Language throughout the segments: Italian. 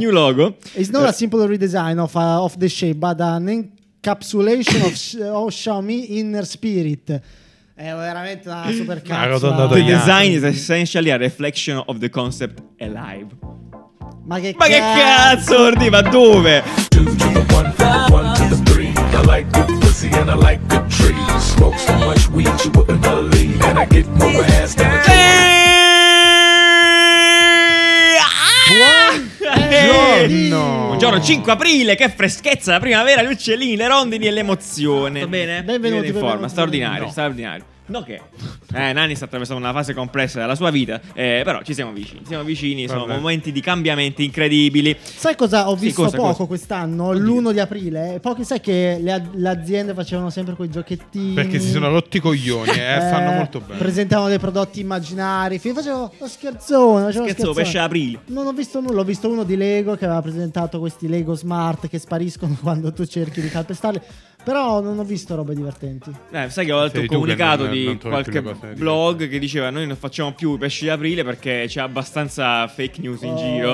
new logo. It's not a simple redesign of the shape, but an encapsulation of Xiaomi inner spirit. È veramente una super cazzo. The design is essentially a reflection of the concept alive. Ma che cazzo, Ordi, ma dove? 2 to the 1, 1 to the 3. I like good pussy and I like good trees. Smoke so much weed you wouldn't believe. And I get more ass than a Buongiorno, 5 aprile, che freschezza, la primavera, gli uccellini, le rondini e l'emozione. Va bene? Benvenuti in forma, benvenuti. straordinario. No che Nanni sta attraversando una fase complessa della sua vita, però ci siamo vicini, sono momenti di cambiamenti incredibili. Sai cosa ho visto cosa? quest'anno? Oddio. L'1 di aprile. Pochi sai che le aziende facevano sempre quei giochettini, perché si sono rotti i coglioni, fanno molto bene. Presentavano dei prodotti immaginari. Facevo lo scherzone, pesce aprile. Non ho visto nulla, ho visto uno di Lego che aveva presentato questi Lego Smart che spariscono quando tu cerchi di calpestarli. Però non ho visto robe divertenti. Sai che ho letto un comunicato di qualche blog che diceva: noi non facciamo più i pesci di aprile perché c'è abbastanza fake news in giro.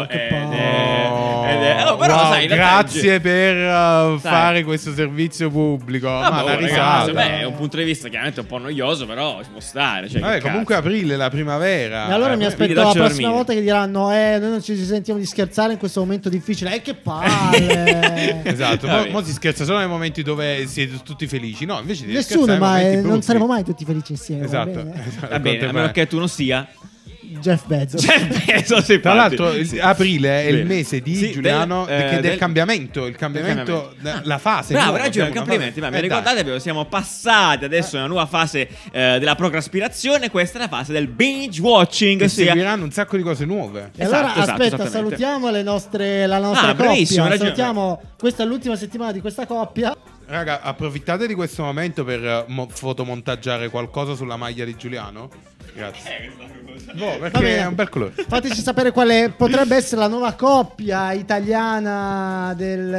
Però sai, grazie per fare questo servizio pubblico. Ma la risata, è un punto di vista chiaramente un po' noioso, però ci può stare. Comunque aprile, la primavera. E allora mi aspetto la prossima volta che diranno: noi non ci sentiamo di scherzare in questo momento difficile. Che palle! Esatto, mo si scherza solo nei momenti dove siete tutti felici. No, invece nessuno, ma non saremo mai tutti felici insieme. Esatto. Va bene, a meno che tu non sia Jeff Bezos. Tra l'altro aprile è il mese di Giuliano del cambiamento. Il cambiamento, la fase. Bravo, hai ragione, complimenti. Ma mi ricordatevi, siamo passati adesso nella nuova fase della procrastinazione. Questa è la fase del binge watching. Che seguiranno un sacco di cose nuove. E allora aspetta, salutiamo la nostra coppia. Salutiamo, questa è l'ultima settimana di questa coppia. Raga, approfittate di questo momento per fotomontaggiare qualcosa sulla maglia di Giuliano. Grazie. Perché è un bel colore. Fateci sapere quale potrebbe essere la nuova coppia italiana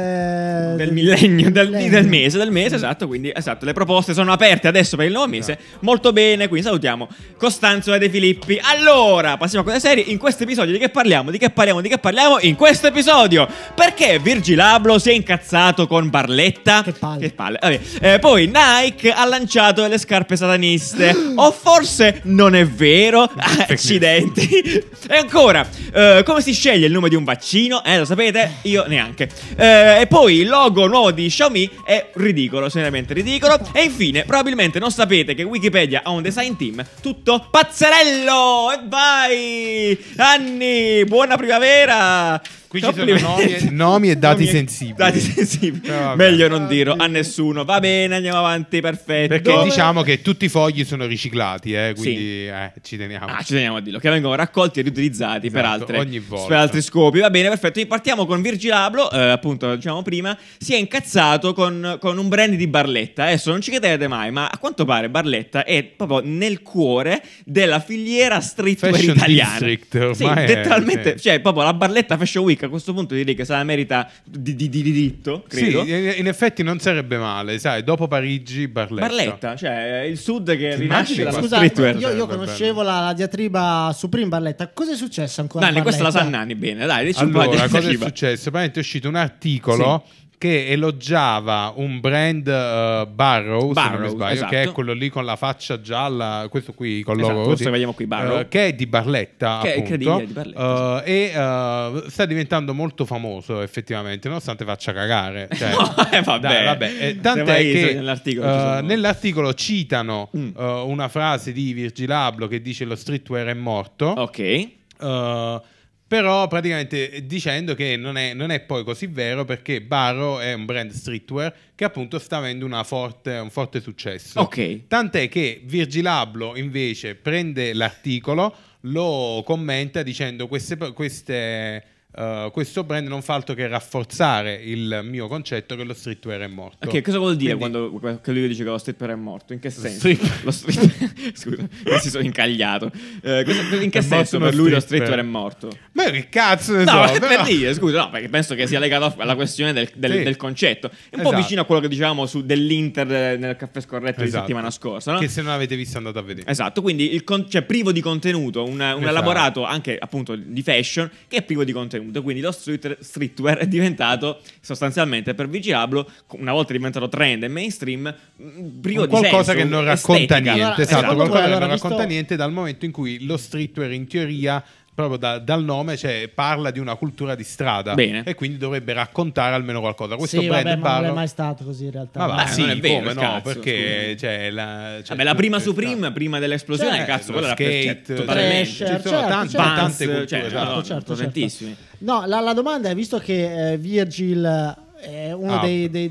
del millennio, del mese, esatto. Quindi le proposte sono aperte adesso per il nuovo mese. Molto bene, quindi salutiamo Costanzo e De Filippi. Allora, passiamo a cose serie. In questo episodio di che parliamo? In questo episodio perché Virgil Abloh si è incazzato con Barletta. Che palle. Vabbè. Poi Nike ha lanciato le scarpe sataniste. O forse non è vero? Accidenti. E ancora, come si sceglie il nome di un vaccino? Lo sapete? Io neanche. E poi il logo nuovo di Xiaomi è ridicolo, seriamente ridicolo. E infine, probabilmente non sapete che Wikipedia ha un design team tutto pazzerello. E vai Anni, buona primavera. Qui ci sono nomi e dati sensibili. Meglio non dirlo a nessuno. Va bene, andiamo avanti, perfetto. Perché diciamo che tutti i fogli sono riciclati, quindi ci teniamo. Ci teniamo a dirlo, che vengono raccolti e riutilizzati ogni volta. per altri scopi. Va bene, perfetto. Partiamo con Virgil Abloh, appunto, diciamo prima. Si è incazzato con un brand di Barletta. Adesso non ci credete mai, ma a quanto pare Barletta è proprio nel cuore della filiera streetwear italiana. District, letteralmente, cioè proprio la Barletta Fashion Week. A questo punto direi che se la merita di diritto, credo. Sì, in effetti non sarebbe male, sai, dopo Parigi Barletta, cioè il sud che rinasce dalla streetwear. Io conoscevo la diatriba Supreme Barletta. Cosa è successo ancora? Nanni, questa la sa Nanni bene, dai, dici allora, un po' di cosa è successo? Praticamente è uscito un articolo che elogiava un brand Barrow, se non mi sbaglio, esatto, che è quello lì con la faccia gialla, questo qui con logo, questo che vediamo qui, Barrow, che è di Barletta, che appunto, è di Barletta, e sta diventando molto famoso effettivamente, nonostante faccia cagare, cioè, vabbè. Tant'è che nell'articolo citano una frase di Virgil Abloh che dice: lo streetwear è morto. Ok. Però praticamente dicendo che non è poi così vero, perché Barrow è un brand streetwear che appunto sta avendo un forte successo. Ok. Tant'è che Virgil Abloh invece prende l'articolo, lo commenta dicendo questo brand non fa altro che rafforzare il mio concetto che lo streetwear è morto. Ok, cosa vuol dire quando lui dice che lo streetwear è morto? In che senso? Scusa, mi si sono incagliato. In che senso per lui lo streetwear è morto? Ma io che cazzo ne so? Per dire, scusa, no, perché penso che sia legato alla questione del concetto. È un po' vicino a quello che dicevamo dell'Inter nel Caffè Scorretto di settimana scorsa, no? Che se non avete visto andate a vedere. Esatto, quindi cioè privo di contenuto, un elaborato anche appunto di fashion che è privo di contenuto. avvenuto. Quindi lo streetwear è diventato sostanzialmente per Virgil Abloh, una volta diventato trend e mainstream, privo di qualcosa senso, che non racconta estetica. niente. Esatto, qualcosa che non racconta niente, dal momento in cui lo streetwear in teoria proprio dal nome, cioè, parla di una cultura di strada. Bene. E quindi dovrebbe raccontare almeno qualcosa. Questo brand ma non è mai stato così in realtà. Ma sì, non è vero, come no? cazzo, Perché la prima Supreme, prima dell'esplosione, cazzo, quella skate, era totalmente. ci sono tante culture, certo. Tantissimi. No, la domanda è, visto che Virgil è uno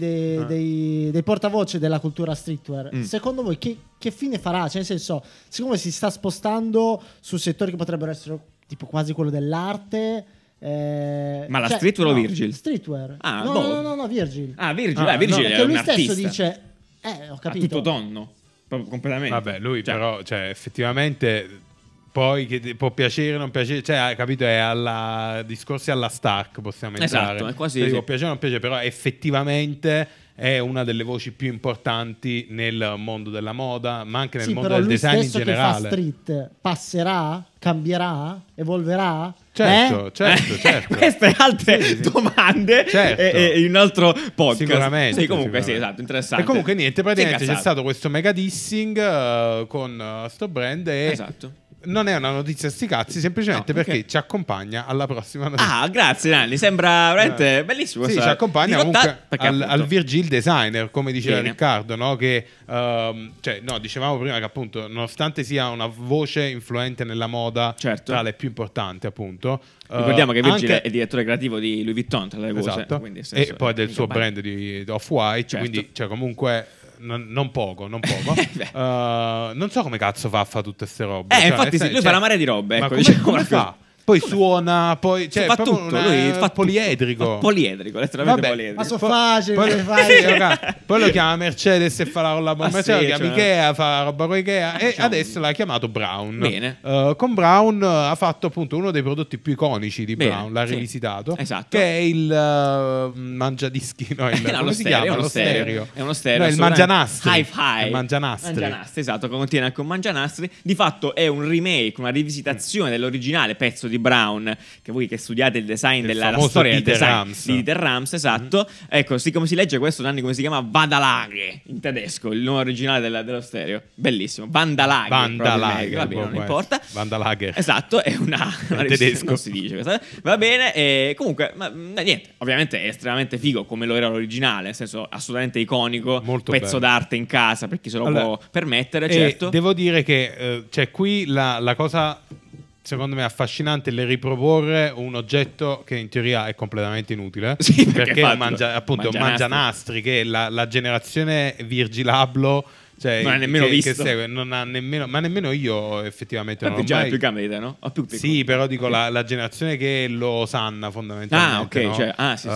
dei portavoce della cultura streetwear, secondo voi che fine farà? Cioè, nel senso, siccome si sta spostando su settori che potrebbero essere tipo quasi quello dell'arte, ma la streetwear o Virgil? Streetwear. No, Virgil. Virgil è un lui artista. stesso dice ho capito. A tutto tonno, proprio completamente. Vabbè, lui però, cioè, effettivamente, poi che può piacere, non piacere, cioè, capito, è alla discorsi alla Stark, possiamo entrare. Esatto, è quasi può piacere o non piacere, però effettivamente è una delle voci più importanti nel mondo della moda, ma anche nel mondo del design in generale. Che fa street passerà, cambierà, evolverà? Certo. Queste altre domande e in un altro podcast. Sicuramente. Sì, comunque sì, esatto, interessante. E comunque niente, praticamente c'è stato questo mega dissing con sto brand e esatto. Non è una notizia sti cazzi, semplicemente perché ci accompagna alla prossima notizia. Grazie Nanni, sembra veramente bellissimo. Sì, ci accompagna comunque al Virgil designer, come diceva Riccardo, no? Che dicevamo prima che appunto, nonostante sia una voce influente nella moda, tra le più importanti, appunto. Ricordiamo che Virgil è direttore creativo di Louis Vuitton, tra le cose. Esatto. Quindi, e poi del suo brand di Off-White, quindi comunque non poco. Non so come cazzo fa a fare tutte queste robe. Infatti lui fa una marea di robe. Ma come fa? Poi suona, poi fa tutto, lui fa poliedrico. Letteralmente poliedrico. Ma so facile, poi lo chiama Mercedes e fa la roba con Mercedes, lo chiama Ikea, fa roba con Ikea e adesso l'ha chiamato Brown. Bene. Con Brown ha fatto appunto uno dei prodotti più iconici di Brown, l'ha rivisitato, che è il mangiadischi, come si chiama? Lo stereo. È uno stereo. No, il mangianastri. Il mangianastri, esatto, contiene anche un mangianastri. Di fatto è un remake, una rivisitazione dell'originale pezzo di Brown, che voi che studiate il design della storia del design di Dieter Rams, esatto. Ecco, sì, come si legge questo, Nanni, come si chiama? Vandalage in tedesco, il nome originale dello stereo. Bellissimo. Vandalage, va bene, non importa. Vandalager. Esatto, è una tedesco. Non si dice questa. Va bene, e comunque niente, ovviamente è estremamente figo come lo era l'originale, nel senso assolutamente iconico, molto pezzo d'arte in casa per chi se lo può permettere, certo. Devo dire che qui la cosa secondo me affascinante è riproporre un oggetto che in teoria è completamente inutile, perché mangianastri, che la generazione Virgil Abloh, cioè, non ha nemmeno visto, che segue, ma nemmeno io effettivamente non ho mai più grande di te, no? O più piccolo. Sì, però dico la generazione che lo osanna fondamentalmente. No? Sì.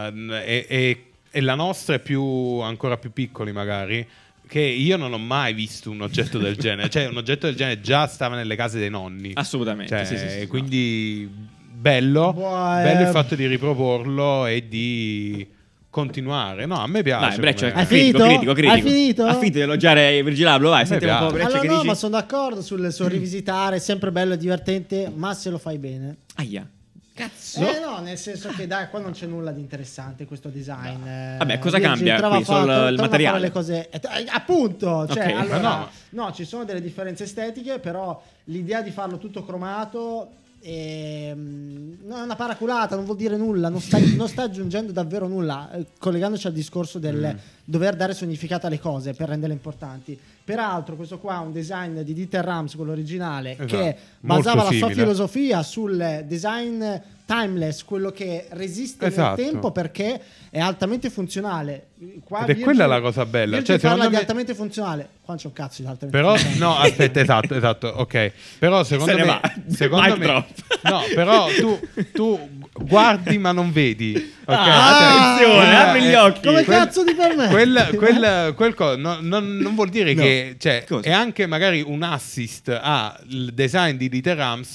E la nostra è ancora più piccoli magari, che io non ho mai visto un oggetto del genere. Cioè, un oggetto del genere già stava nelle case dei nonni. Assolutamente. Sì, quindi bello il fatto di riproporlo e di continuare. No, a me piace. Dai, Hai finito? Hai finito? Ha finito di elogiare Virgil Abloh, vai, sentiamo un po' Breccia che dici. No, ma sono d'accordo sul rivisitare, è sempre bello e divertente, ma se lo fai bene. Aia. Cazzo. No, nel senso che qua non c'è nulla di interessante questo design. Vabbè, cosa cambia qui? Solo il materiale. Le cose, appunto, cioè, okay. Allora, no, ci sono delle differenze estetiche, però l'idea di farlo tutto cromato è una paraculata, non vuol dire nulla, non sta aggiungendo davvero nulla, collegandoci al discorso del dover dare significato alle cose per renderle importanti. Peraltro questo qua è un design di Dieter Rams, quello originale, che basava la sua filosofia sul design timeless, quello che resiste nel tempo perché è altamente funzionale. Qua ed è quella la cosa bella, cioè parla di altamente funzionale. Qua c'è un cazzo di altamente funzionale. No, aspetta, esatto, ok. Però secondo me no, però tu guardi ma non vedi. Okay? Attenzione, apri gli occhi. Come cazzo ti permetti? Quel non vuol dire che è anche magari un assist al design di Dieter Rams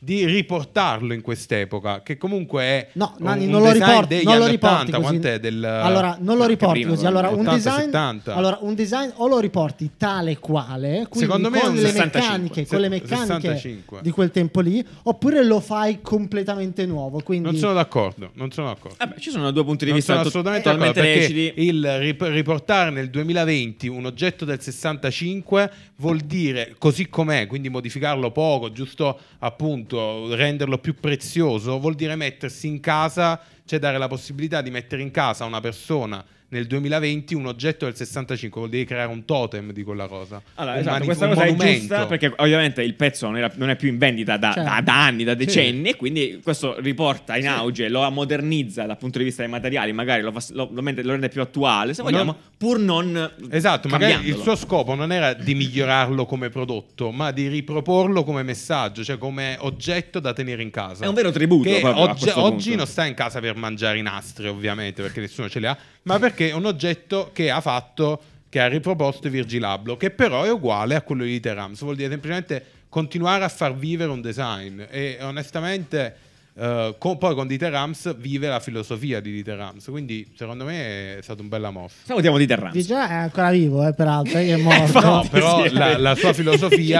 di riportarlo in quest'epoca, che comunque è Nanni, non lo riporti, non lo riporti 80, così. Allora, non lo riporti così. Allora, 80, un design o lo riporti tale quale, quindi secondo me con le 65. meccaniche 65. di quel tempo lì, oppure lo fai completamente nuovo. Quindi... Non sono d'accordo. Ci sono due punti di non vista sono assolutamente totalmente leciti. Il riportare nel 2020 un oggetto del 65 vuol dire così com'è, quindi modificarlo poco, giusto appunto renderlo più prezioso, vuol dire mettersi in casa, cioè dare la possibilità di mettere in casa a una persona nel 2020 un oggetto del 65, vuol dire creare un totem di quella cosa. Allora, esatto, questa cosa è giusta, perché ovviamente il pezzo non è più in vendita da anni, da decenni, e quindi questo riporta in auge, lo modernizza dal punto di vista dei materiali, magari lo rende più attuale, se vogliamo, pur non esatto, magari il suo scopo non era di migliorarlo come prodotto, ma di riproporlo come messaggio, cioè come oggetto da tenere in casa. È un vero tributo che oggi punto. Non sta in casa per mangiare i nastri, ovviamente, perché nessuno ce li ha, ma perché è un oggetto che ha riproposto Virgil Abloh, che però è uguale a quello di Dieter Rams, vuol dire semplicemente continuare a far vivere un design, e onestamente poi con Dieter Rams vive la filosofia di Dieter Rams, quindi secondo me è stato un bella mossa. Salutiamo Dieter Rams. Già è ancora vivo, peraltro, è morto. No, però la sua filosofia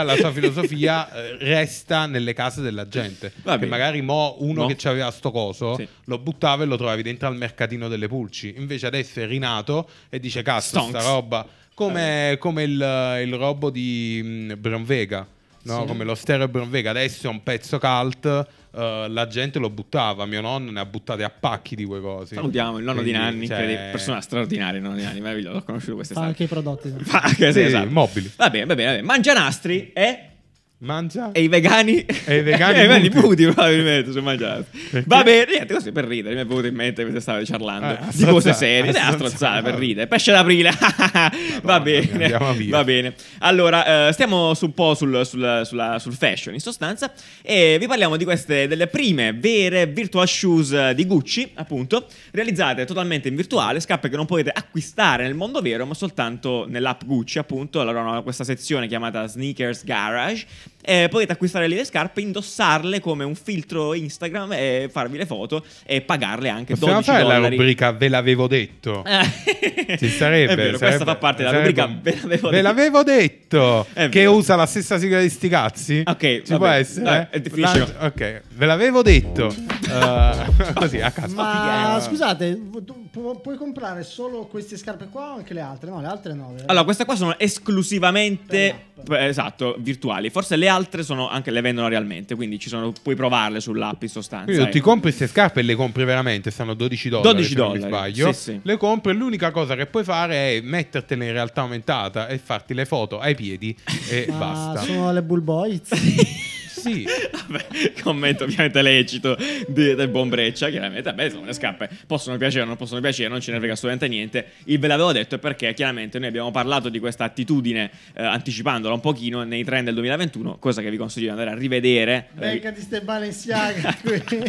resta nelle case della gente. Che magari uno che aveva sto coso lo buttava e lo trovavi dentro al mercatino delle pulci. Invece adesso è rinato e dice cazzo, sta roba come il robo di Bronvega. No, come lo stereo Bronvega adesso è un pezzo cult, la gente lo buttava, mio nonno ne ha buttate a pacchi di quue cose. Salutiamo il nonno di Nanni, persona straordinaria, il nonno di Nanni, meraviglioso, l'ho conosciuto quest'estate. Fa anche i prodotti. Esatto. Mobili. Va bene. Mangianastri Mangia e i vegani muti probabilmente su Mangianastri. Va bene, niente, così per ridere mi è venuto in mente mentre stavo parlando di cose serie, strozzate per ridere. Pesce d'aprile. Va bene. Allora, stiamo un po' sul fashion in sostanza, e vi parliamo di queste delle prime vere virtual shoes di Gucci, appunto, realizzate totalmente in virtuale, scarpe che non potete acquistare nel mondo vero, ma soltanto nell'app Gucci, appunto. Allora hanno questa sezione chiamata Sneakers Garage. Potete acquistare lì le scarpe, indossarle come un filtro Instagram e farvi le foto e pagarle anche $12. Fare la rubrica ve l'avevo detto. Ci sarebbe, è vero, questa fa parte della rubrica ve l'avevo detto che usa la stessa sigla di sti cazzi. Ok, ci può essere, è difficile. Ok, ve l'avevo detto. Così a caso. Ma scusate, puoi comprare solo queste scarpe qua o anche le altre? No, le altre no. Allora, queste qua sono esclusivamente virtuali. Forse le altre le vendono realmente, quindi puoi provarle sull'app in sostanza. Quindi ti compri queste scarpe e le compri veramente, stanno $12. $12 se non mi sbaglio. Sì. Le compri e l'unica cosa che puoi fare è mettertele in realtà aumentata e farti le foto ai piedi e basta. Sono le Bull Boys. Sì. Vabbè, commento ovviamente lecito del buon Breccia, chiaramente. Vabbè, sono le scarpe, possono piacere o non possono piacere, non ce ne frega assolutamente niente. Il ve l'avevo detto è perché chiaramente noi abbiamo parlato di questa attitudine, anticipandola un pochino nei trend del 2021, cosa che vi consiglio di andare a rivedere. Venga di ste Balenciaga.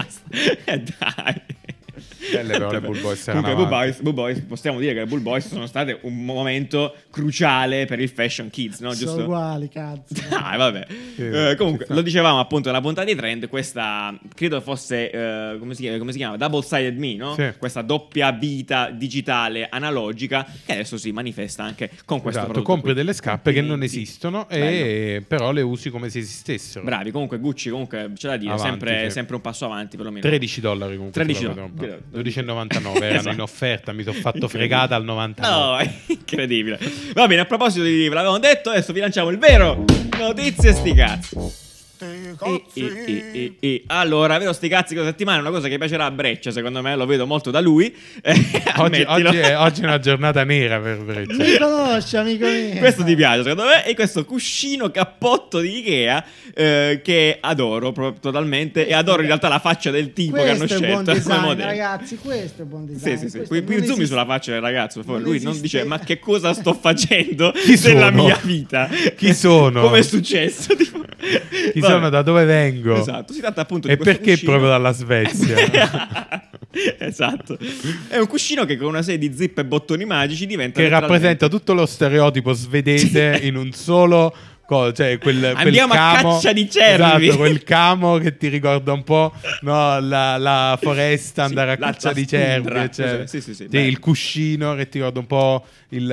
Dai. Belle però le Bull Boys. Comunque Bull Boys, possiamo dire che le Bull Boys sono state un momento cruciale per il fashion kids, no? Giusto? Sono uguali, cazzo. Vabbè. Comunque lo dicevamo appunto nella puntata dei trend, questa credo fosse come si chiama? Double Sided Me, no? Sì. Questa doppia vita digitale analogica che adesso si manifesta anche con questo prodotto. Compri delle scarpe che non esistono e però le usi come se esistessero. Bravi, comunque Gucci c'è da dire, avanti, sempre un passo avanti perlomeno. $13 comunque. $13. 12,99 erano in offerta, mi sono fatto fregata al 99. No, incredibile. Va bene, a proposito di libri, l'avevamo detto, adesso vi lanciamo il vero notizie sti cazzi. Allora, vero sti cazzi questa settimana è una cosa che piacerà a Breccia, secondo me, lo vedo molto da lui. Oggi è una giornata nera per Breccia. Mi conosci, amico mio. Questo ti piace, secondo me, e questo cuscino cappotto di Ikea che adoro totalmente, e adoro in realtà la faccia del tipo che hanno scelto. Questo è buon design, ragazzi, questo è buon design. Sì. Qui zoom sulla faccia del ragazzo, lui non dice ma che cosa sto facendo della mia vita? Chi sono? Come è successo? Chi sono, da dove vengo? Esatto, si tratta appunto e di questo perché cuscino. Proprio dalla Svezia. Esatto, è un cuscino che con una serie di zip e bottoni magici diventa che rappresenta tutto lo stereotipo svedese in un solo cioè andiamo quel camo, a caccia di cervi. Esatto, quel camo che ti ricorda un po', no, la foresta, andare a caccia di cervi, cioè, il cuscino che ti ricorda un po' il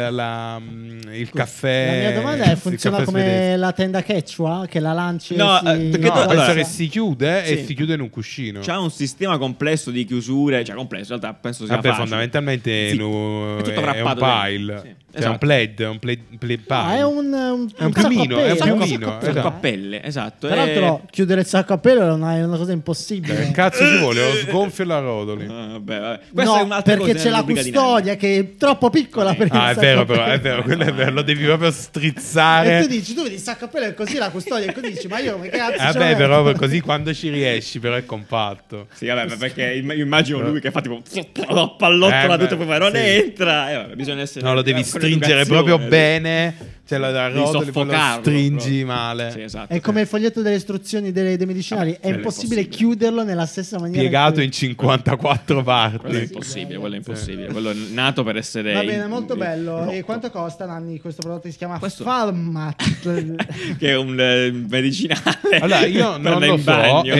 caffè. La mia domanda è: funziona come la tenda Quechua, che la lanci? Penso che si chiude e si chiude in un cuscino. C'ha un sistema complesso di chiusure, cioè complesso, in realtà penso sia facile. Fondamentalmente è un pile, cioè un plaid pile. È un piumino, è un piumino, sacco a pelle, esatto. Tra l'altro chiudere il sacco a pelle è una cosa impossibile. Che cazzo ci vuole? Lo sgonfio la rotoli. Vabbè. No, è un'altra perché c'è la custodia che è troppo piccola per è vero, però è vero, quello è vero, lo devi proprio strizzare. E tu dici, tu vedi il sacco a pelle è così, la custodia è così, dici, ma io che cazzo vabbè, però così quando ci riesci, però è compatto. Sì, vabbè, perché io immagino lui che fa tipo pallottola tutto, poi non entra. Bisogna essere. No, lo devi stringere proprio bene. Cioè la rotoli, poi lo stringi male. Sì, esatto, è come il foglietto delle istruzioni dei medicinali. È impossibile chiuderlo nella stessa maniera. Piegato in 54 parti. Quello è impossibile. Quello è nato per essere. Va bene, molto bello. E quanto costa, Nanni, questo prodotto che si chiama Falmat? Che è un medicinale. Allora, io non lo so.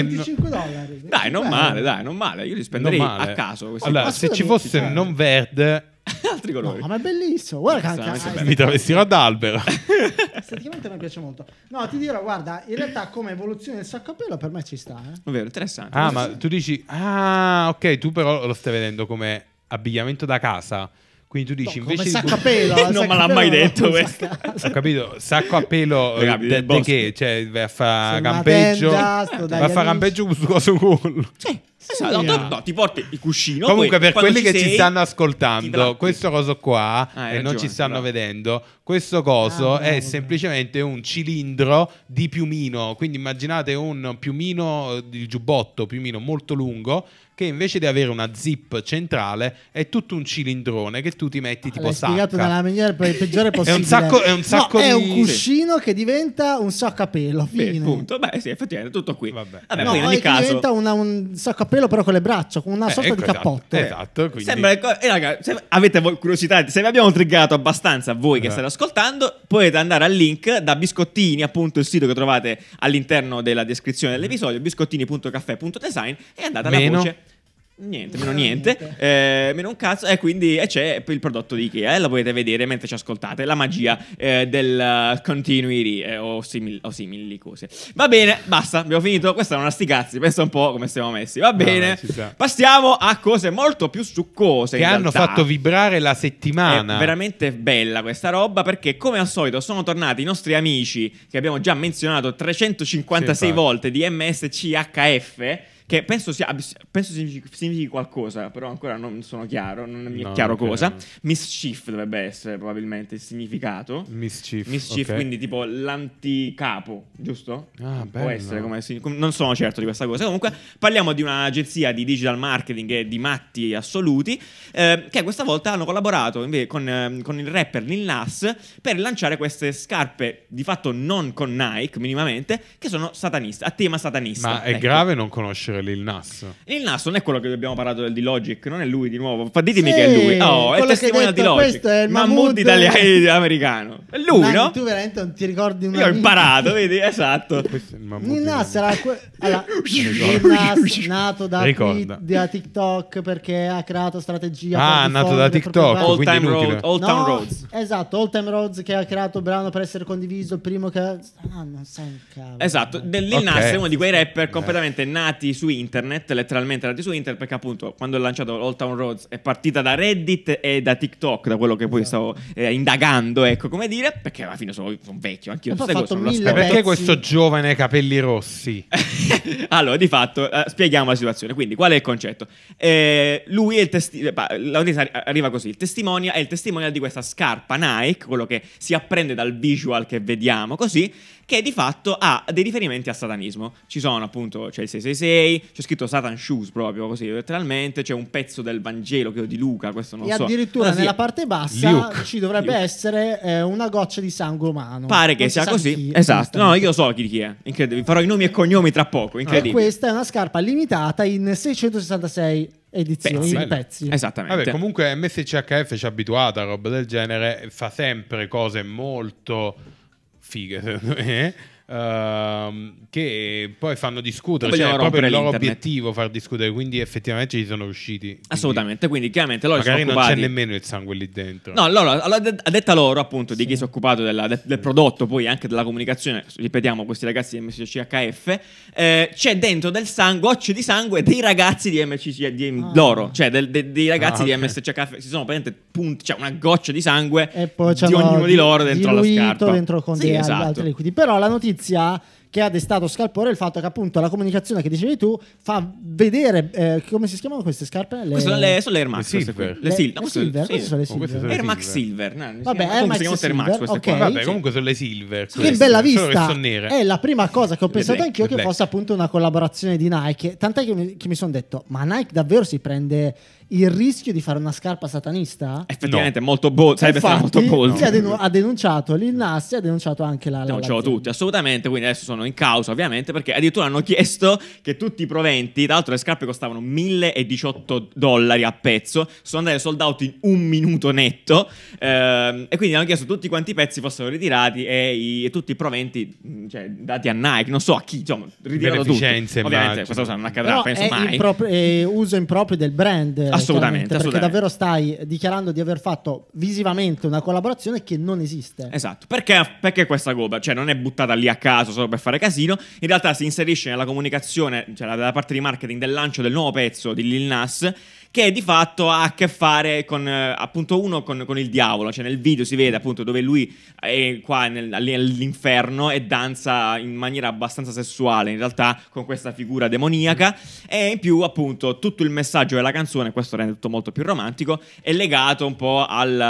$25. Dai, non male. Io li spenderei a caso. Allora, se ci fosse non verde. Altri colori. No, ma è bellissimo. Guarda mi travestirò d'albero. Esteticamente mi piace molto. No, ti dirò, guarda, in realtà come evoluzione del sacco a pelo per me ci sta. È vero, interessante. Ma tu dici, ok, tu però lo stai vedendo come abbigliamento da casa. Quindi tu dici invece come sacco a pelo. Non me l'ha mai detto questo. Ho capito, sacco a pelo di che? Cioè vai a fare campeggio. Vai a fare campeggio su coso cool. Esatto, no, ti porti il cuscino. Comunque, poi, per quelli che ci stanno ti ascoltando, questo coso qua e non ci stanno vedendo, questo coso è semplicemente un cilindro di piumino. Quindi immaginate un piumino di giubbotto, piumino molto lungo, che invece di avere una zip centrale è tutto un cilindrone che tu ti metti tipo sacca. L'hai spiegato nella maniera peggiore possibile. È un sacco è un cuscino che diventa un sacco a pelo. Fine. Punto. Beh, sì, effettivamente tutto qui. Vabbè, poi in ogni caso diventa un sacco a pelo però con le braccia, con una sorta di cappotto. Esatto. Quindi... Sembra, raga, se avete curiosità, se vi abbiamo triggato abbastanza voi che state ascoltando, potete andare al link da Biscottini, appunto il sito che trovate all'interno della descrizione dell'episodio, biscottini.caffè.design, e andate alla voce. Niente, meno un cazzo. E quindi c'è il prodotto di Ikea, lo potete vedere mentre ci ascoltate. La magia del continuity o simili cose. Va bene, basta, abbiamo finito. Questa non è sti cazzi, pensa un po' come stiamo messi. Va bene, passiamo a cose molto più succose che hanno fatto vibrare la settimana. È veramente bella questa roba, perché come al solito sono tornati i nostri amici che abbiamo già menzionato 356 volte di MSCHF, che penso significhi qualcosa, però ancora non sono chiaro, non mi è chiaro cosa. Mischief dovrebbe essere probabilmente il significato. Mischief, quindi tipo l'anticapo, giusto? Può essere non sono certo di questa cosa. Comunque parliamo di un'agenzia di digital marketing e di matti assoluti, che questa volta hanno collaborato con il rapper Lil Nas per lanciare queste scarpe di fatto non con Nike minimamente, che sono sataniste, a tema satanista. Ma è grave non conoscere Lil Nas. Lil Nas non è quello che abbiamo parlato di Logic, non è lui di nuovo. Ditemi che è lui. È il testimonial di Logic. Questo è il Mahmood americano. È lui, no? Tu veramente non ti ricordi una. Io ho imparato, vedi? Esatto. Lil Nas era Lil Nas nato da TikTok perché ha creato strategia. Nato da TikTok. Old Town Roads. Esatto, Old Time Roads, che ha creato il brano per essere condiviso, il primo che non sai un cavolo. Esatto, Lil Nas è uno di quei rapper completamente nati su internet, letteralmente nati su internet, perché appunto quando ho lanciato Old Town Roads è partita da Reddit e da TikTok, da quello che poi stavo indagando, ecco, come dire, perché alla fine sono vecchio, anch'io perché questo giovane capelli rossi? Allora, di fatto spieghiamo la situazione. Quindi qual è il concetto? Lui è la notizia arriva così: il testimonial è il testimonial di questa scarpa Nike, quello che si apprende dal visual che vediamo così, che di fatto ha dei riferimenti al satanismo. Ci sono appunto, c'è il 666, c'è scritto Satan Shoes proprio così letteralmente, c'è un pezzo del Vangelo che di Luca, questo non so. E addirittura nella parte bassa ci dovrebbe essere una goccia di sangue umano. Pare che sia così, esatto. No, io so chi è, incredibile. Farò i nomi e cognomi tra poco, incredibile. E questa è una scarpa limitata in 666 edizioni, pezzi. Esattamente. Vabbè, comunque MSCHF ci ha abituato a roba del genere, fa sempre cose molto fighe secondo me, che poi fanno discutere, cioè è proprio il loro obiettivo far discutere, quindi effettivamente ci sono riusciti. Assolutamente, quindi chiaramente loro magari sono occupati. Non c'è nemmeno il sangue lì dentro. No, loro, a detta loro appunto di chi si è occupato del prodotto, poi anche della comunicazione, ripetiamo, questi ragazzi di MCCHF, c'è dentro del sangue, gocce di sangue dei ragazzi di loro, cioè dei ragazzi di MCCHF, si sono praticamente cioè una goccia di sangue e poi di ognuno di loro dentro la scarpa, dentro con dei altri liquidi. Però la notizia che ha destato scalpore è il fatto che appunto la comunicazione che dicevi tu fa vedere come si chiamano queste scarpe? Queste sono le Air Max, le Silver. Air Max Silver. Vabbè, Air Max Silver, ok. Vabbè, comunque sono le Silver. Che bella vista. È la prima cosa che ho pensato anch'io che fosse appunto una collaborazione di Nike. Tant'è che mi sono detto, ma Nike davvero si prende il rischio di fare una scarpa satanista? Effettivamente molto sarebbe stato molto bold. Ha denunciato Lil Nas e ha denunciato anche la tutti, assolutamente. Quindi adesso sono in causa ovviamente, perché addirittura hanno chiesto che tutti i proventi, tra l'altro le scarpe costavano $1,018 a pezzo, sono andate sold out in 1 minuto netto, e quindi hanno chiesto che tutti quanti i pezzi fossero ritirati e tutti i proventi, cioè, dati a Nike, non so a chi, insomma, ritirato tutto. Ovviamente questa cosa non accadrà, penso mai. Uso improprio del brand. Assolutamente. Perché davvero stai dichiarando di aver fatto visivamente una collaborazione che non esiste. Esatto. Perché questa goba? Cioè non è buttata lì a caso solo per fare casino. In realtà si inserisce nella comunicazione, cioè dalla parte di marketing del lancio del nuovo pezzo di Lil Nas, che di fatto ha a che fare con appunto con il diavolo. Cioè nel video si vede appunto dove lui è qua all'inferno e danza in maniera abbastanza sessuale in realtà con questa figura demoniaca, e in più appunto tutto il messaggio della canzone, questo rende tutto molto più romantico, è legato un po'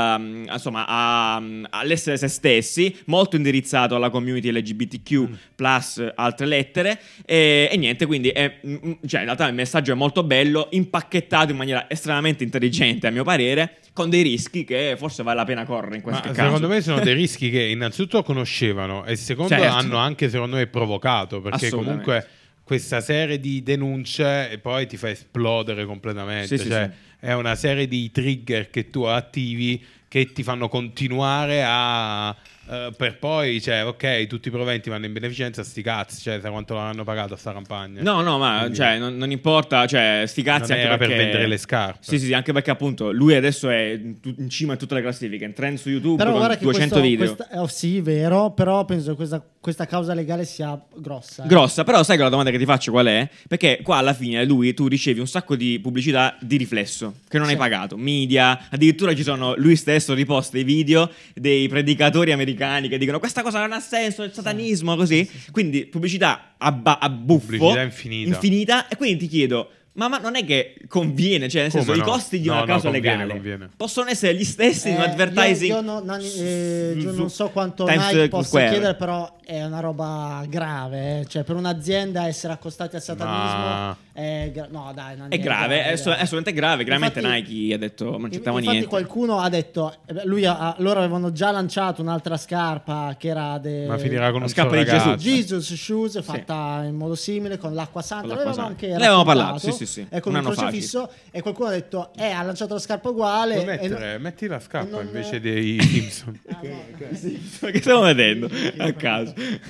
all'essere se stessi, molto indirizzato alla community LGBTQ plus altre lettere, e niente, quindi cioè in realtà il messaggio è molto bello, impacchettato in maniera estremamente intelligente a mio parere, con dei rischi che forse vale la pena correre in questo caso. Secondo me sono dei rischi che innanzitutto conoscevano e secondo hanno anche secondo me provocato, perché comunque questa serie di denunce e poi ti fa esplodere completamente, è una serie di trigger che tu attivi che ti fanno continuare a per poi, cioè, ok, tutti i proventi vanno in beneficenza, sti cazzi, cioè, sai quanto l'hanno pagato a sta campagna? No, ma quindi, cioè, non importa, cioè, sti cazzi non anche era perché... per vendere le scarpe. Sì, anche perché appunto lui adesso è in cima a tutte le classifiche, in trend su YouTube, però con 200 video. Sì, vero, però penso che questa causa legale sia grossa. Grossa, però sai che la domanda che ti faccio qual è? Perché qua alla fine tu ricevi un sacco di pubblicità di riflesso che non hai pagato, media, addirittura ci sono, lui stesso riposta i video dei predicatori americani che dicono questa cosa non ha senso, il satanismo, così. Quindi pubblicità a buffo, pubblicità infinita, e quindi ti chiedo, ma non è che conviene, cioè nel senso i costi di una causa legale possono essere gli stessi di un advertising. Io non so quanto Nike possa chiedere, però è una roba grave, cioè per un'azienda essere accostati al satanismo è grave, è assolutamente grave. Chiaramente Nike ha detto non c'entrava niente. Infatti qualcuno ha detto loro avevano già lanciato un'altra scarpa che era ma finirà con una scarpa di Gesù, Jesus Shoes, fatta in modo simile con l'acqua santa. Ne avevamo parlato, sì. E con un crocefisso, e qualcuno ha detto ha lanciato la scarpa uguale. Metti la scarpa invece dei Simpson. Che stiamo vedendo a caso.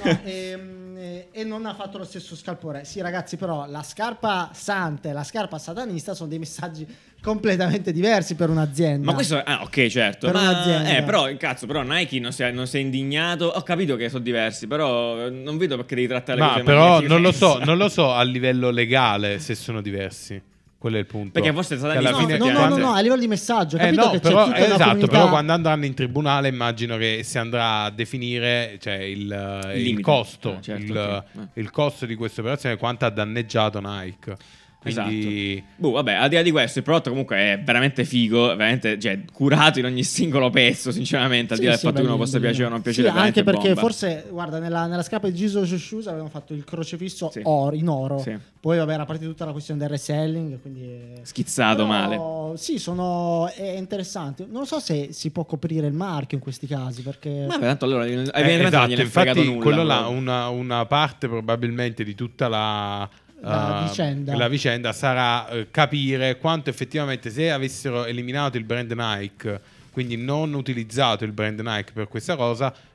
E non ha fatto lo stesso scalpore. Sì, ragazzi, però la scarpa santa e la scarpa satanista sono dei messaggi completamente diversi per un'azienda. Ma questo ok, certo. Per un'azienda. Però Nike non si è indignato. Ho capito che sono diversi, però non vedo perché devi trattare le cose in però non lo so a livello legale se sono diversi. Quello è il punto. Perché forse no, a livello di messaggio. Capito che però, c'è tutta una comunità... però quando andranno in tribunale immagino che si andrà a definire, cioè, il costo, il costo di questa operazione, quanto ha danneggiato Nike. Quindi... Esatto. Vabbè, al di là di questo, il prodotto comunque è veramente figo, veramente, cioè, curato in ogni singolo pezzo, sinceramente, al di là del fatto che uno possa piacere o non piacere. Sì, anche perché bomba. Forse, guarda, nella scarpa di Jesus Shoes avevano fatto il crocefisso in oro. Sì. Poi vabbè, era partita tutta la questione del reselling, quindi schizzato male. Sì, è interessante. Non so se si può coprire il marchio in questi casi, perché vabbè, tanto allora esatto, infatti quello là una parte probabilmente di tutta la vicenda sarà capire quanto effettivamente, se avessero eliminato il brand Nike, quindi non utilizzato il brand Nike per questa cosa,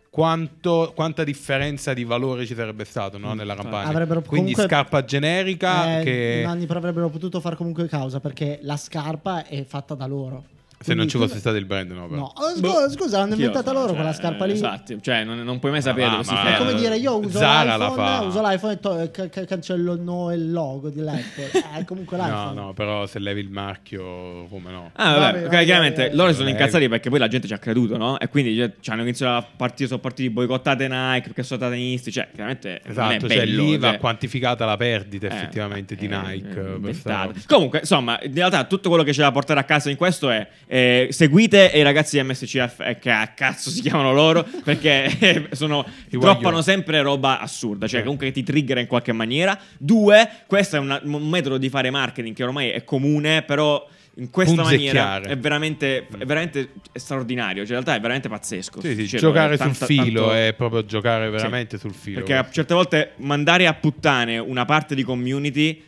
quanta differenza di valore ci sarebbe stato, no, nella campagna. Quindi comunque, scarpa generica che Nanni però avrebbero potuto fare comunque causa, perché la scarpa è fatta da loro. Se non ci fosse stato il brand, no, però. No, scusa, l'hanno inventata loro quella scarpa lì. Infatti, cioè non puoi mai sapere dove si è come dire, io uso Zara l'iPhone e cancello il logo di l'Apple. Comunque l'iPhone. No, però se levi il marchio, come no? Vabbè, chiaramente loro sono incazzati perché poi la gente ci ha creduto, no? E quindi hanno iniziato a partire, sono partiti boicottate Nike perché sono satanisti, cioè chiaramente non è bello, lì va quantificata la perdita effettivamente di Nike. Comunque, insomma, in realtà tutto quello che c'è da portare a casa in questo è seguite i ragazzi di MSCF, che a cazzo si chiamano loro, perché droppano sempre roba assurda, cioè comunque ti triggera in qualche maniera. 2, questo è un metodo di fare marketing che ormai è comune, però in questa maniera è veramente straordinario, cioè in realtà è veramente pazzesco. Sì, giocare sul filo è proprio giocare veramente sul filo, perché a certe volte mandare a puttane una parte di community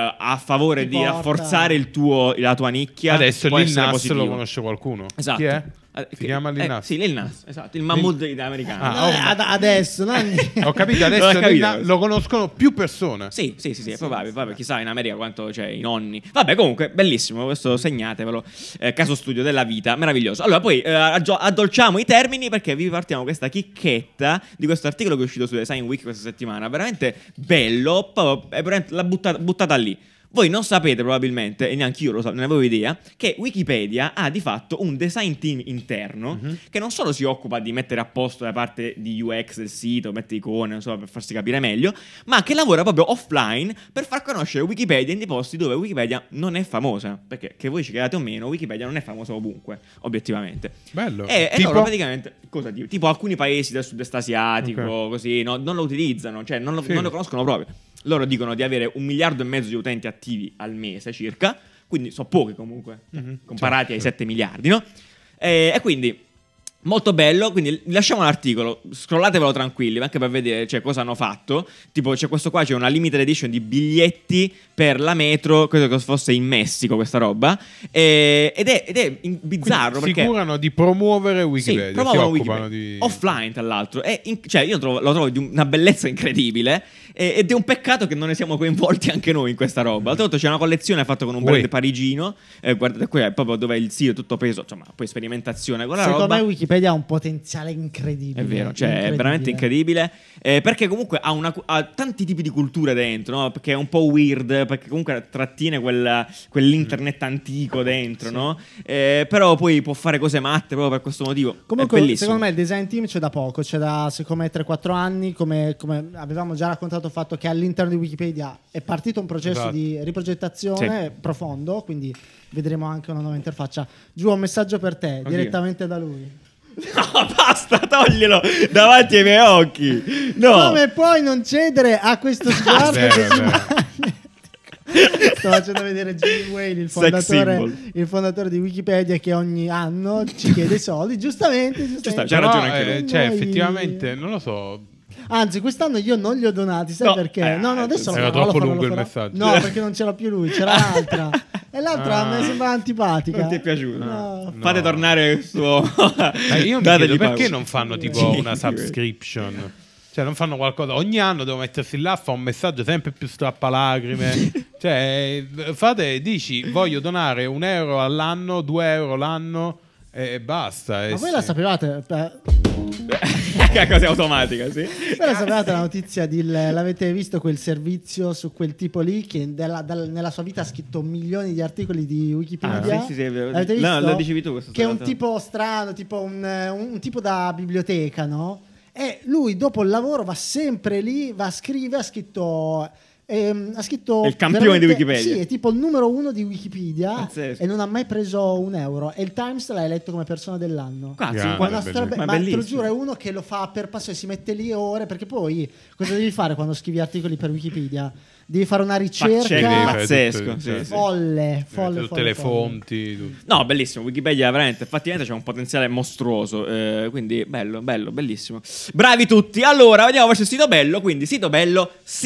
a favore di rafforzare la tua nicchia. Adesso Lil Nas lo conosce qualcuno? Esatto. Chi è? Si chiama Lil Nas? Sì, Lil Nas, esatto, il mammut americano. Adesso ho capito, adesso lo conoscono più persone. Sì, è probabile. Vabbè, chissà in America quanto c'è i nonni. Vabbè, comunque, bellissimo, questo segnatevelo. Caso studio della vita, meraviglioso. Allora, poi addolciamo i termini, perché vi partiamo questa chicchetta di questo articolo che è uscito su Design Week questa settimana. Veramente bello, è veramente la buttata lì. Voi non sapete probabilmente, e neanche io non avevo idea, che Wikipedia ha di fatto un design team interno che non solo si occupa di mettere a posto la parte di UX del sito, mette icone, insomma, per farsi capire meglio, ma che lavora proprio offline per far conoscere Wikipedia in dei posti dove Wikipedia non è famosa, perché che voi ci creiate o meno, Wikipedia non è famosa ovunque, obiettivamente. Bello. E loro praticamente, tipo alcuni paesi del sud-est asiatico, così, non lo utilizzano, cioè non lo conoscono proprio. Loro dicono di avere 1,5 miliardi di utenti attivi al mese circa, quindi sono pochi comunque, comparati ai 7 miliardi, no? E quindi molto bello, quindi lasciamo l'articolo, scrollatevelo tranquilli anche per vedere cosa hanno fatto. Tipo c'è questo qua, c'è una limited edition di biglietti per la metro, credo che fosse in Messico questa roba, ed è bizzarro, quindi perché si curano di promuovere Wikipedia, promuovono Wikipedia offline tra l'altro, cioè io lo trovo di una bellezza incredibile, ed è un peccato che non ne siamo coinvolti anche noi in questa roba. Oltretutto c'è una collezione fatta con un brand parigino, guardate qui è proprio dove è il sito tutto preso, insomma, poi sperimentazione con la roba. Secondo me Wikipedia ha un potenziale incredibile. È vero, cioè è veramente incredibile, perché comunque ha tanti tipi di culture dentro, no? Perché è un po' weird, perché comunque trattiene quell'internet antico dentro, no? Però poi può fare cose matte proprio per questo motivo. Comunque, è bellissimo. Secondo me il design team c'è da poco, c'è da secondo me 3-4 anni, come avevamo già raccontato il fatto che all'interno di Wikipedia è partito un processo di riprogettazione profondo, quindi vedremo anche una nuova interfaccia. Giù, un messaggio per te, direttamente da lui. No, basta, toglielo davanti ai miei occhi. No. Come puoi non cedere a questo sguardo Sto facendo vedere Jimmy Whale, il fondatore di Wikipedia, che ogni anno ci chiede soldi, giustamente. C'ha ragione anche lui. Cioè, effettivamente, non lo so. Anzi, quest'anno io non li ho donati, sai perché? No, adesso era troppo lungo il messaggio. No, perché non c'era più lui, c'era l'altra. E l'altra mi sembra antipatica. Non ti è piaciuta? No. Fate tornare il suo. Io mi chiedo perché non fanno tipo una subscription. Cioè, non fanno qualcosa. Ogni anno devo mettersi là, fa un messaggio sempre più strappalacrime. Cioè, dici, voglio donare €1 all'anno, €2 l'anno e basta. Ma voi la sapevate? Che cosa automatica, sì. Voi la sapevate la notizia l'avete visto quel servizio su quel tipo lì che nella sua vita ha scritto milioni di articoli di Wikipedia? Sì, l'avete visto? No, lo dicevi tu questo. Che è un tipo strano, tipo un tipo da biblioteca, no? E lui dopo il lavoro va sempre lì, va a scrivere, ha scritto il campione di Wikipedia. Sì, è tipo il numero 1 di Wikipedia. Pazzesco. E non ha mai preso €1. E il Times l'ha eletto come persona dell'anno. Ma te lo giuro, è uno che lo fa per passione, si mette lì ore, perché poi cosa devi fare quando scrivi articoli per Wikipedia? Devi fare una ricerca pazzesco, folle. Tutte le fonti. Tutto. No, bellissimo. Wikipedia veramente, effettivamente c'è un potenziale mostruoso. Quindi bello, bellissimo. Bravi tutti. Allora, vediamo verso il sito bello. Quindi, sito bello, sigla.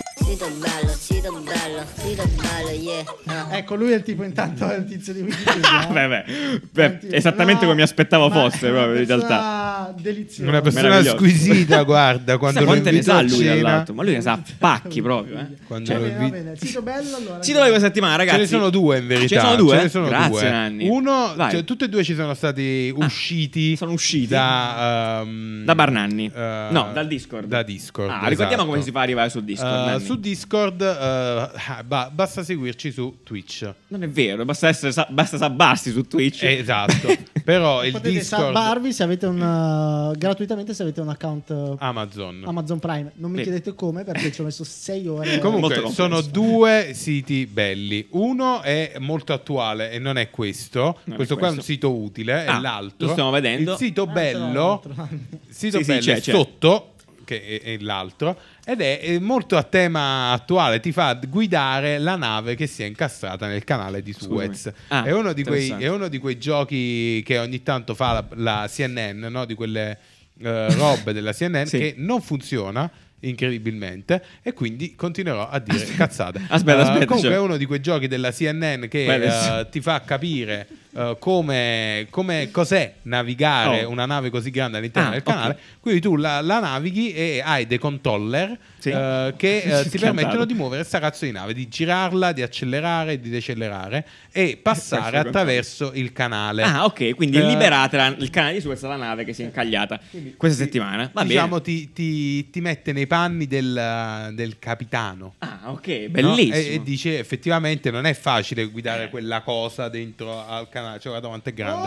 Sito bello, yeah. Ecco, lui è il tipo, intanto è il tizio di Wikipedia. Esattamente come mi aspettavo fosse, proprio in realtà. Deliziosa. Una persona squisita, guarda, quando lo ne sa lui cena, dall'alto, ma lui ne sa pacchi proprio, Quando va bene. Sito bello, allora. Sito bello questa settimana, ragazzi. Ce ne sono due in verità. Ce ne sono due? Ce ne sono Grazie, due. Nanni. Uno, cioè, tutti e due ci sono stati usciti. Sono usciti da Barnanni. No, dal Discord. Da Discord. Ricordiamo esatto. come si fa ad arrivare su Discord. Su Discord basta seguirci su Twitch. Non è vero, basta sabbarsi su Twitch. Esatto. Però il potete Discord sabbarvi se avete gratuitamente se avete un account Amazon Prime. Non mi chiedete come, perché ci ho messo 6 ore. Comunque sono due siti belli. Uno è molto attuale e non è questo. Questo qua è un sito utile, è l'altro. Lo stiamo vedendo. Il sito bello, è sotto, che è l'altro, ed è molto a tema attuale. Ti fa guidare la nave che si è incastrata nel canale di Suez. È uno di quei giochi che ogni tanto fa la CNN, no? Di quelle robe della CNN che non funziona incredibilmente, e quindi continuerò a dire cazzate. Aspetta, comunque è uno di quei giochi della CNN che ti fa capire cos'è navigare una nave così grande all'interno del canale. Quindi tu la navighi e hai dei controller che ti permettono di muovere sta cazzo di nave, di girarla, di accelerare, di decelerare e passare attraverso il canale. Quindi liberate il canale di Suez, la nave che si è incagliata questa settimana. Va diciamo ti mette nei panni del capitano. Bellissimo. No? E dice effettivamente non è facile guidare quella cosa dentro al canale. Cioè, guarda quanto è grande.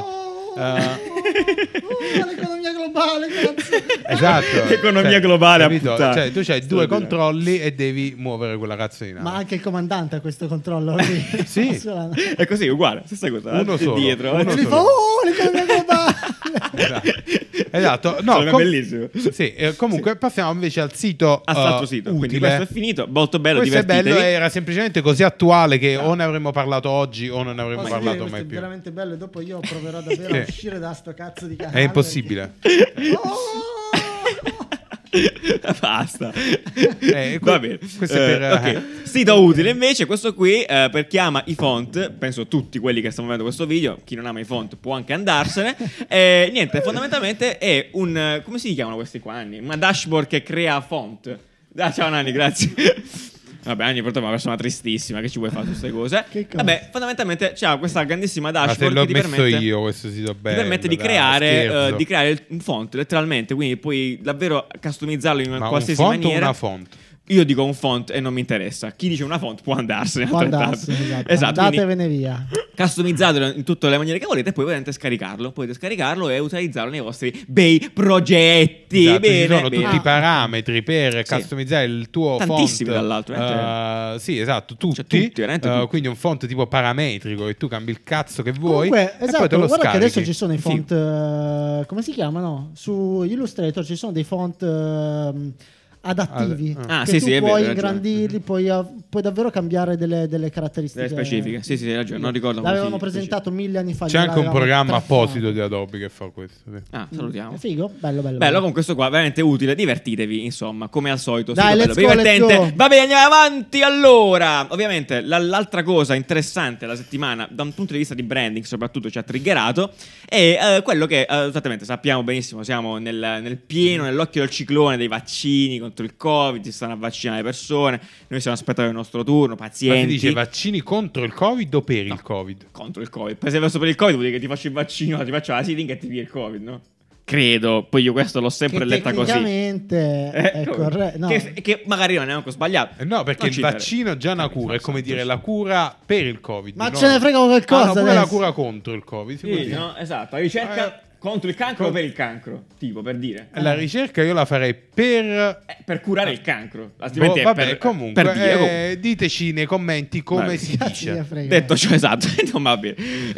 L'economia globale, cazzo. Esatto. L'economia globale, cioè, tu c'hai due controlli e devi muovere quella cazzo di nave. Ma anche il comandante ha questo controllo. Sì. È così, uguale, stessa cosa. Uno solo. Dietro. E lui fa, l'economia globale. Esatto. No, bellissimo. Comunque passiamo invece al sito sito. Utile. Quindi questo è finito, molto bello, questo divertitevi. È bello, era semplicemente così attuale che o ne avremmo parlato oggi o non ne avremmo parlato mai più. È veramente bello, e dopo io proverò davvero a uscire da sto cazzo di canale. È impossibile. Basta. Va bene. Questo è per sito utile invece, questo qui per chi ama i font, penso tutti quelli che stanno vedendo questo video, chi non ama i font può anche andarsene. Niente, fondamentalmente è un, come si chiamano questi qua, Anni? Una dashboard che crea font. Ciao Nanni, grazie. Vabbè, Anni purtroppo è una persona tristissima, che ci vuoi fare su queste cose? Vabbè, fondamentalmente c'è questa grandissima dashboard che ti permette, io questo sito bello, ti permette di creare un font, letteralmente, quindi puoi davvero customizzarlo in qualsiasi maniera. O una font? Io dico un font e non mi interessa. Chi dice una font può andarsene. Esatto. Andatevene via. Customizzatelo in tutte le maniere che volete e poi potete scaricarlo e utilizzarlo nei vostri bei progetti. Esatto, ci sono tutti i parametri per customizzare il tuo tantissimi font. Dall'altro. Sì, esatto, tutti. Quindi un font tipo parametrico e tu cambi il cazzo che vuoi. Comunque, e poi te lo guarda scarichi. che adesso ci sono i font come si chiamano? Su Illustrator ci sono dei font adattivi che tu puoi ingrandirli, puoi davvero cambiare delle caratteristiche, delle specifiche. Sì, hai ragione, non ricordo. L'avevano presentato 1000 anni fa. C'è anche un programma apposito di Adobe che fa questo. Salutiamo. È figo, bello. Con questo qua veramente utile, divertitevi, insomma, come al solito. Dai, bello, divertente. Va bene, andiamo avanti. Allora, ovviamente l'altra cosa interessante della settimana, da un punto di vista di branding, soprattutto ci ha triggerato, è quello che esattamente sappiamo benissimo, siamo nel pieno, nell'occhio del ciclone dei vaccini contro il Covid, si stanno a vaccinare le persone, noi stiamo aspettando il nostro turno, pazienti. Ma si dice vaccini contro il Covid o per il Covid? Contro il Covid. Per esempio, per il Covid vuol dire che ti faccio il vaccino, ti faccio la siringa e ti via il Covid, no? Credo, poi io questo l'ho sempre letta così. Tecnicamente è corretto, no. Che magari non è anche sbagliato. No, perché il vaccino è già una cura, è come dire la cura per il Covid. Ma ce ne frega qualcosa. Pure la cura contro il Covid. Sì, no? Esatto, la ricerca contro il cancro o per il cancro, tipo, per dire. La ricerca io la farei per curare il cancro. Altrimenti comunque per dire, diteci nei commenti come si dice. Detto ciò, esatto. Va bene.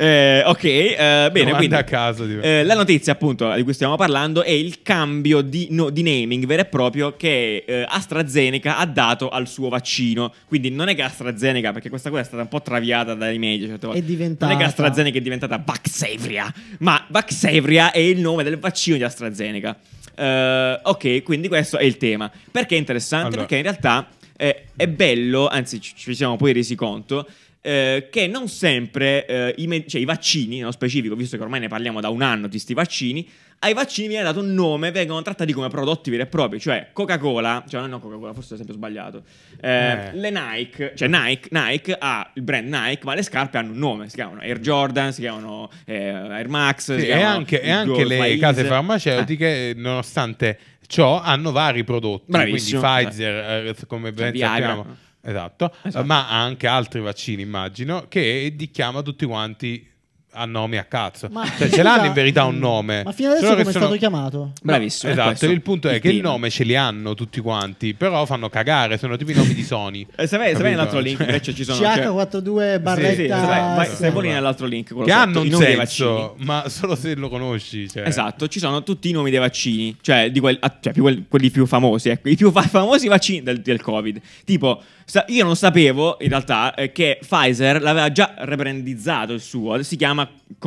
Bene, quindi a caso, la notizia appunto di cui stiamo parlando è il cambio di naming vero e proprio che AstraZeneca ha dato al suo vaccino. Quindi non è che AstraZeneca, perché questa cosa è stata un po' traviata dai media certe volte. Non è che AstraZeneca è diventata Vaxzevria, ma Vaxzevria è il nome del vaccino di AstraZeneca. Quindi questo è il tema. Perché è interessante? Allora. Perché in realtà è bello, anzi ci siamo poi resi conto, che non sempre i vaccini, nello specifico, visto che ormai ne parliamo da un anno di sti vaccini, ai vaccini viene dato un nome, vengono trattati come prodotti veri e propri, cioè Coca-Cola, cioè non Coca-Cola, forse è sempre sbagliato, le Nike, cioè Nike ha il brand Nike, ma le scarpe hanno un nome, si chiamano Air Jordan, si chiamano Air Max, sì, e anche le case farmaceutiche, nonostante ciò, hanno vari prodotti. Bravissimo. Quindi Pfizer, come ben sappiamo, esatto, ma anche altri vaccini, immagino, che chiama tutti quanti a nomi a cazzo, cioè ce l'hanno in verità un nome, ma fino adesso come è stato chiamato? Bravissimo, esatto. Il punto è che il nome ce li hanno tutti quanti, però fanno cagare, sono tipo i nomi di Sony. Se vai nell'altro link invece ci sono CH42 barretta, se vuoi nell'altro link che hanno un senso, ma solo se lo conosci, cioè. Esatto, ci sono tutti i nomi dei vaccini, cioè di quelli più famosi, ecco, i più famosi vaccini del Covid. Tipo, io non sapevo in realtà che Pfizer l'aveva già rebrandizzato il suo, si chiama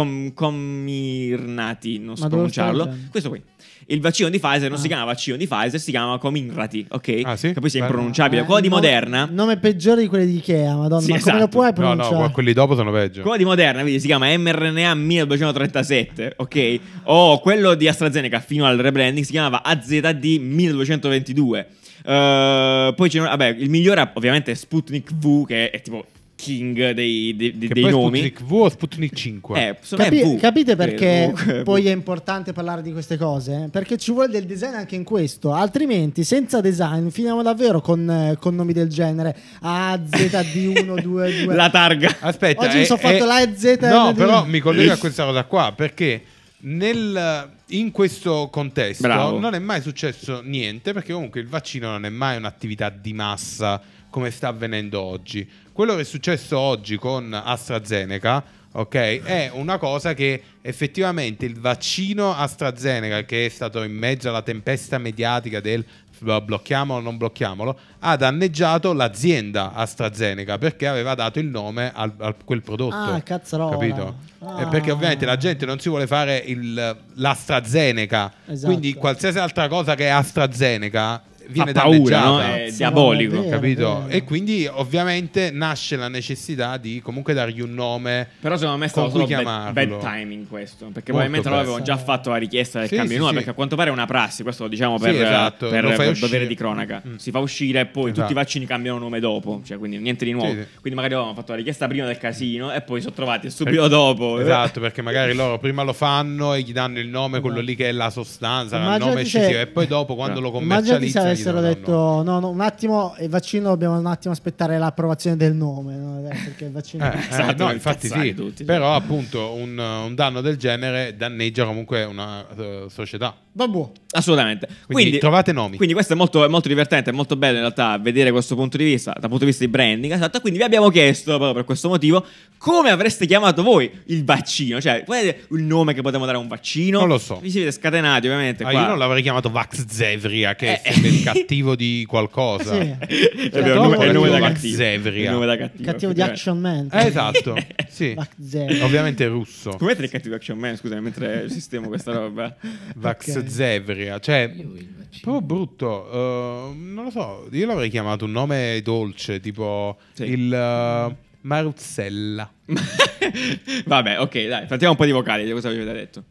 Comirnaty, non so pronunciarlo. Questo qui. Il vaccino di Pfizer non si chiama vaccino di Pfizer, si chiama Comirnaty, ok? Sì? Che poi sia impronunciabile. Quello di Moderna, nome peggiore di quelli di Ikea, madonna, sì, ma esatto. come lo puoi pronunciare? No, quelli dopo sono peggio. Quello di Moderna, vedi, si chiama mRNA 1237, ok? O quello di AstraZeneca fino al rebranding si chiamava AZD 1222. Poi c'è il migliore ovviamente è Sputnik V, che è tipo king dei nomi. Sputnik V o Sputnik 5? Capite perché poi è importante parlare di queste cose? Perché ci vuole del design anche in questo, altrimenti senza design finiamo davvero con nomi del genere AZD122. La targa. Aspetta, oggi mi sono fatto la AZ. No, però mi collego a questa cosa qua, perché in questo contesto non è mai successo niente, perché comunque il vaccino non è mai un'attività di massa come sta avvenendo oggi. Quello che è successo oggi con AstraZeneca, ok, è una cosa che effettivamente il vaccino AstraZeneca, che è stato in mezzo alla tempesta mediatica del blocchiamolo o non blocchiamolo, ha danneggiato l'azienda AstraZeneca perché aveva dato il nome a quel prodotto. Cazzarola. Capito? Perché ovviamente la gente non si vuole fare l'AstraZeneca, esatto. Quindi qualsiasi altra cosa che è AstraZeneca viene paura, no? È diabolico, capito? E quindi ovviamente nasce la necessità di comunque dargli un nome. Però secondo me è stato solo bad timing questo, perché probabilmente loro avevano già fatto la richiesta del cambio di nome, perché a quanto pare è una prassi, questo lo diciamo per dovere di cronaca. Si fa uscire e poi tutti i vaccini cambiano nome dopo, cioè quindi niente di nuovo. Quindi magari avevano fatto la richiesta prima del casino e poi sono trovati subito dopo. Esatto, perché magari loro prima lo fanno e gli danno il nome, quello lì che è la sostanza, il nome esclusivo, e poi dopo quando lo commercializzano avessero detto no, un attimo, il vaccino dobbiamo un attimo aspettare l'approvazione del nome, no? Perché il vaccino no, infatti sì, tutti, però appunto un danno del genere danneggia comunque una società. Vabbè. Assolutamente. Quindi trovate nomi. Quindi questo è molto, molto divertente, è molto bello in realtà vedere questo punto di vista, dal punto di vista di branding. Esatto. Quindi vi abbiamo chiesto, proprio per questo motivo, come avreste chiamato voi il vaccino? Cioè, qual è il nome che potevamo dare a un vaccino? Non lo so. Vi siete scatenati ovviamente qua. Io non l'avrei chiamato Vaxzevria, che è il cattivo di qualcosa. Sì. È il nome da Vaxzevria. Cattivo di Action Man. Esatto. Sì. Ovviamente russo. Come è il cattivo Action Man? Scusami, mentre sistemo questa roba. Vaxzevria, cioè proprio brutto. Non lo so, io l'avrei chiamato un nome dolce, tipo il Maruzzella. Vabbè, ok, dai, facciamo un po' di vocali di cosa vi avete detto.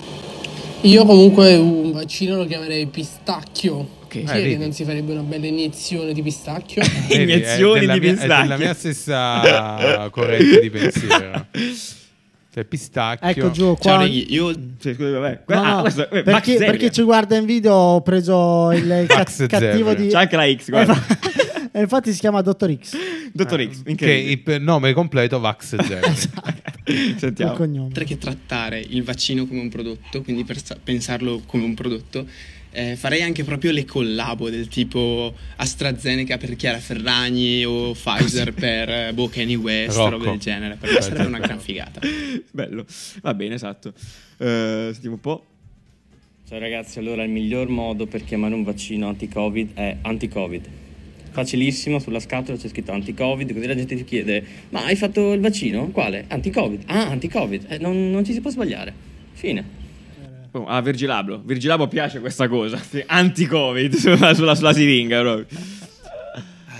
Io comunque un vaccino lo chiamerei pistacchio. Okay. Che non si farebbe una bella iniezione di pistacchio? Iniezioni di pistacchio. È la mia stessa corrente di pensiero. Cioè pistacchio. Ecco giù qua. Ciao, io scusi, vabbè. Questo, perché ci guarda in video ho preso il cattivo di... C'è anche la X, guarda. E infatti si chiama Dottor X. Dottor X, che il nome completo Vaxzevria. Esatto. Sentiamo. Oltre che trattare il vaccino come un prodotto, quindi pensarlo come un prodotto, farei anche proprio le collabo del tipo AstraZeneca per Chiara Ferragni o Pfizer per Kanye West, roba del genere, perché sarebbe una gran figata. Bello, va bene, esatto. Sentiamo un po'. Ciao ragazzi, allora il miglior modo per chiamare un vaccino anti-Covid è anti-Covid. Facilissimo, sulla scatola c'è scritto anti-Covid, così la gente ti chiede: ma hai fatto il vaccino? Quale? Anti-Covid. Ah, anti-Covid. Non ci si può sbagliare. Fine. A Virgilablo piace questa cosa, anti-Covid sulla siringa proprio.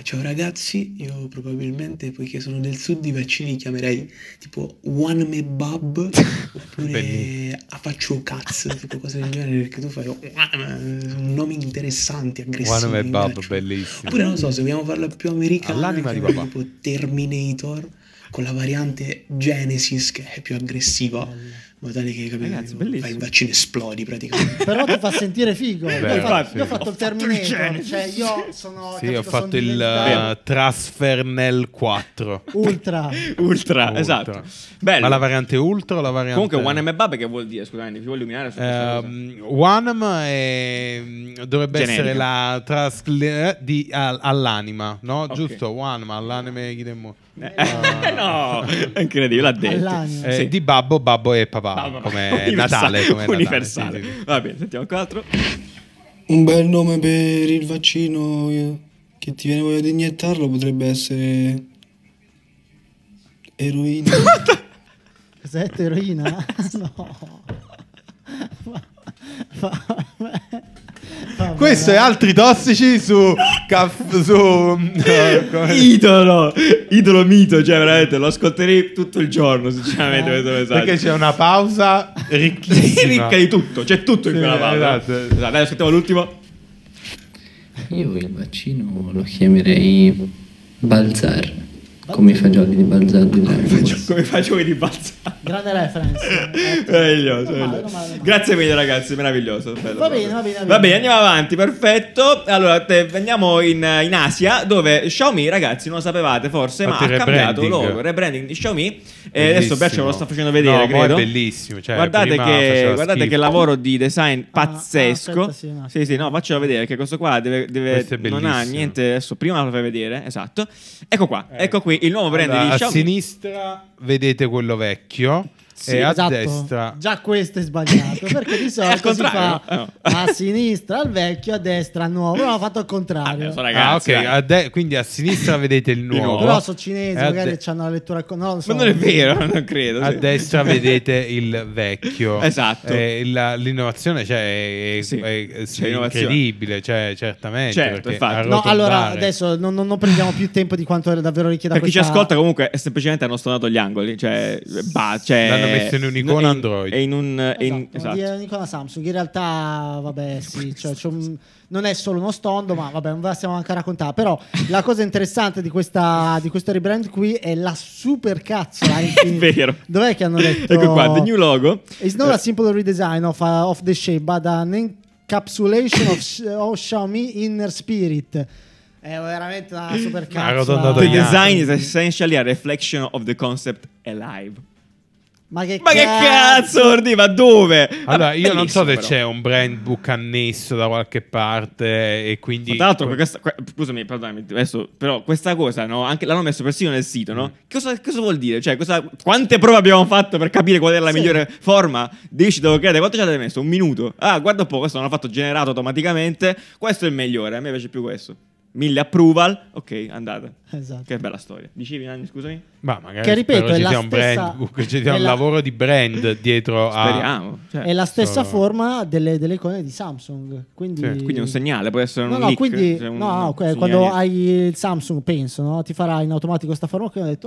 Ciao ragazzi, io probabilmente, poiché sono del sud, i vaccini li chiamerei tipo One Me Bub oppure Afaccio Cazzo, tipo cose del genere, perché tu fai nomi interessanti, aggressivi. One Me Bub, bellissimo. Oppure non so, se vogliamo farla più americana, All'anima di papà. tipo Terminator con la variante Genesis che è più aggressiva, in modo tale che fai il vaccino esplodi praticamente. Però ti fa sentire figo. Io ho fatto il Terminator, cioè io sono ho fatto il Transfernel 4 Ultra, esatto. Bello. Ma la variante Ultra o la variante... Comunque One M Bab che vuol dire? Scusami, ti vuoi illuminare su questa cosa? One dovrebbe generica. essere la all'anima, no? Okay. Giusto, One, ma all'anime chidemmo. No, è incredibile, l'ha detto. Sì. Di babbo e papà, come Natale, come universale. Natale. Sì. Va bene, sentiamo quattro. Un bel nome per il vaccino che ti viene voglia di iniettarlo potrebbe essere eroina. Cos'è, eroina? No. Questo è Altri Tossici su idolo mito, cioè veramente lo ascolterei tutto il giorno sinceramente perché c'è una pausa ricchissima. Ricca di tutto, c'è tutto in quella pausa. Esatto. Dai, ascoltiamo l'ultimo. Io il vaccino lo chiamerei Balzar, come i fagioli di Balzar di come i fagioli di Balzar. Grande reference. Meraviglioso. Grazie mille ragazzi, meraviglioso. Bello, va bene. Va bene, andiamo avanti, perfetto. Allora, andiamo in Asia, dove Xiaomi, ragazzi, non lo sapevate forse, ma ha cambiato logo, rebranding di Xiaomi. E adesso Percio lo sta facendo vedere, credo. È bellissimo. Cioè, guardate che lavoro di design pazzesco. Aspetta, sì, no, faccelo vedere, che questo qua non ha niente. Adesso prima lo fai vedere, esatto. Ecco qua, ecco qui il nuovo brand di Xiaomi. A sinistra vedete quello vecchio. Sì, e a esatto. destra già questo è sbagliato perché di solito si fa a sinistra al vecchio, a destra al nuovo. Però ho fatto al contrario. Ragazzi, quindi a sinistra vedete il nuovo. Però sono cinesi, magari hanno la lettura no, ma non è vero, non credo. A destra vedete il vecchio. Esatto. L'innovazione è incredibile, cioè, certamente. Certo, infatti. No, allora adesso non prendiamo più tempo di quanto davvero richieda. Per chi ci ascolta, comunque, è semplicemente hanno stonato gli angoli. Cioè l'hanno messo in un'icona Android e in un'icona Samsung. In realtà, vabbè, sì, non è solo uno stondo, ma vabbè, non ve la stiamo anche a raccontare. Però la cosa interessante di questo rebrand qui è la super cazzola. È vero. Dov'è che hanno detto? Ecco qua, the new logo. It's not a simple redesign of the shape, but an encapsulation of Xiaomi inner spirit. È veramente una super cazzola. The design is essentially a reflection of the concept alive. Ma che cazzo, Ordi, ma dove? Allora, io non so se c'è un brand book annesso da qualche parte e quindi... Tra l'altro, scusami, perdonami, adesso, però questa cosa, no? Anche l'hanno messo persino nel sito, no? Cosa vuol dire? Cioè, quante prove abbiamo fatto per capire qual è la migliore forma? Dici, devo credere, quanto ci avete messo? Un minuto? Ah, guarda un po', questo l'hanno fatto generato automaticamente. Questo è il migliore, a me piace più questo. 1000 approval, ok, andata. Esatto. Che bella storia. Dicevi, Nanni, scusami? Ma magari che ripeto, è ci la sia un brand book, ci sia un lavoro di brand dietro. Speriamo. È la stessa forma delle icone di Samsung. Quindi è un segnale, può essere un leak. Quindi, quando hai il Samsung, penso, no? Ti farà in automatico questa forma che ho detto,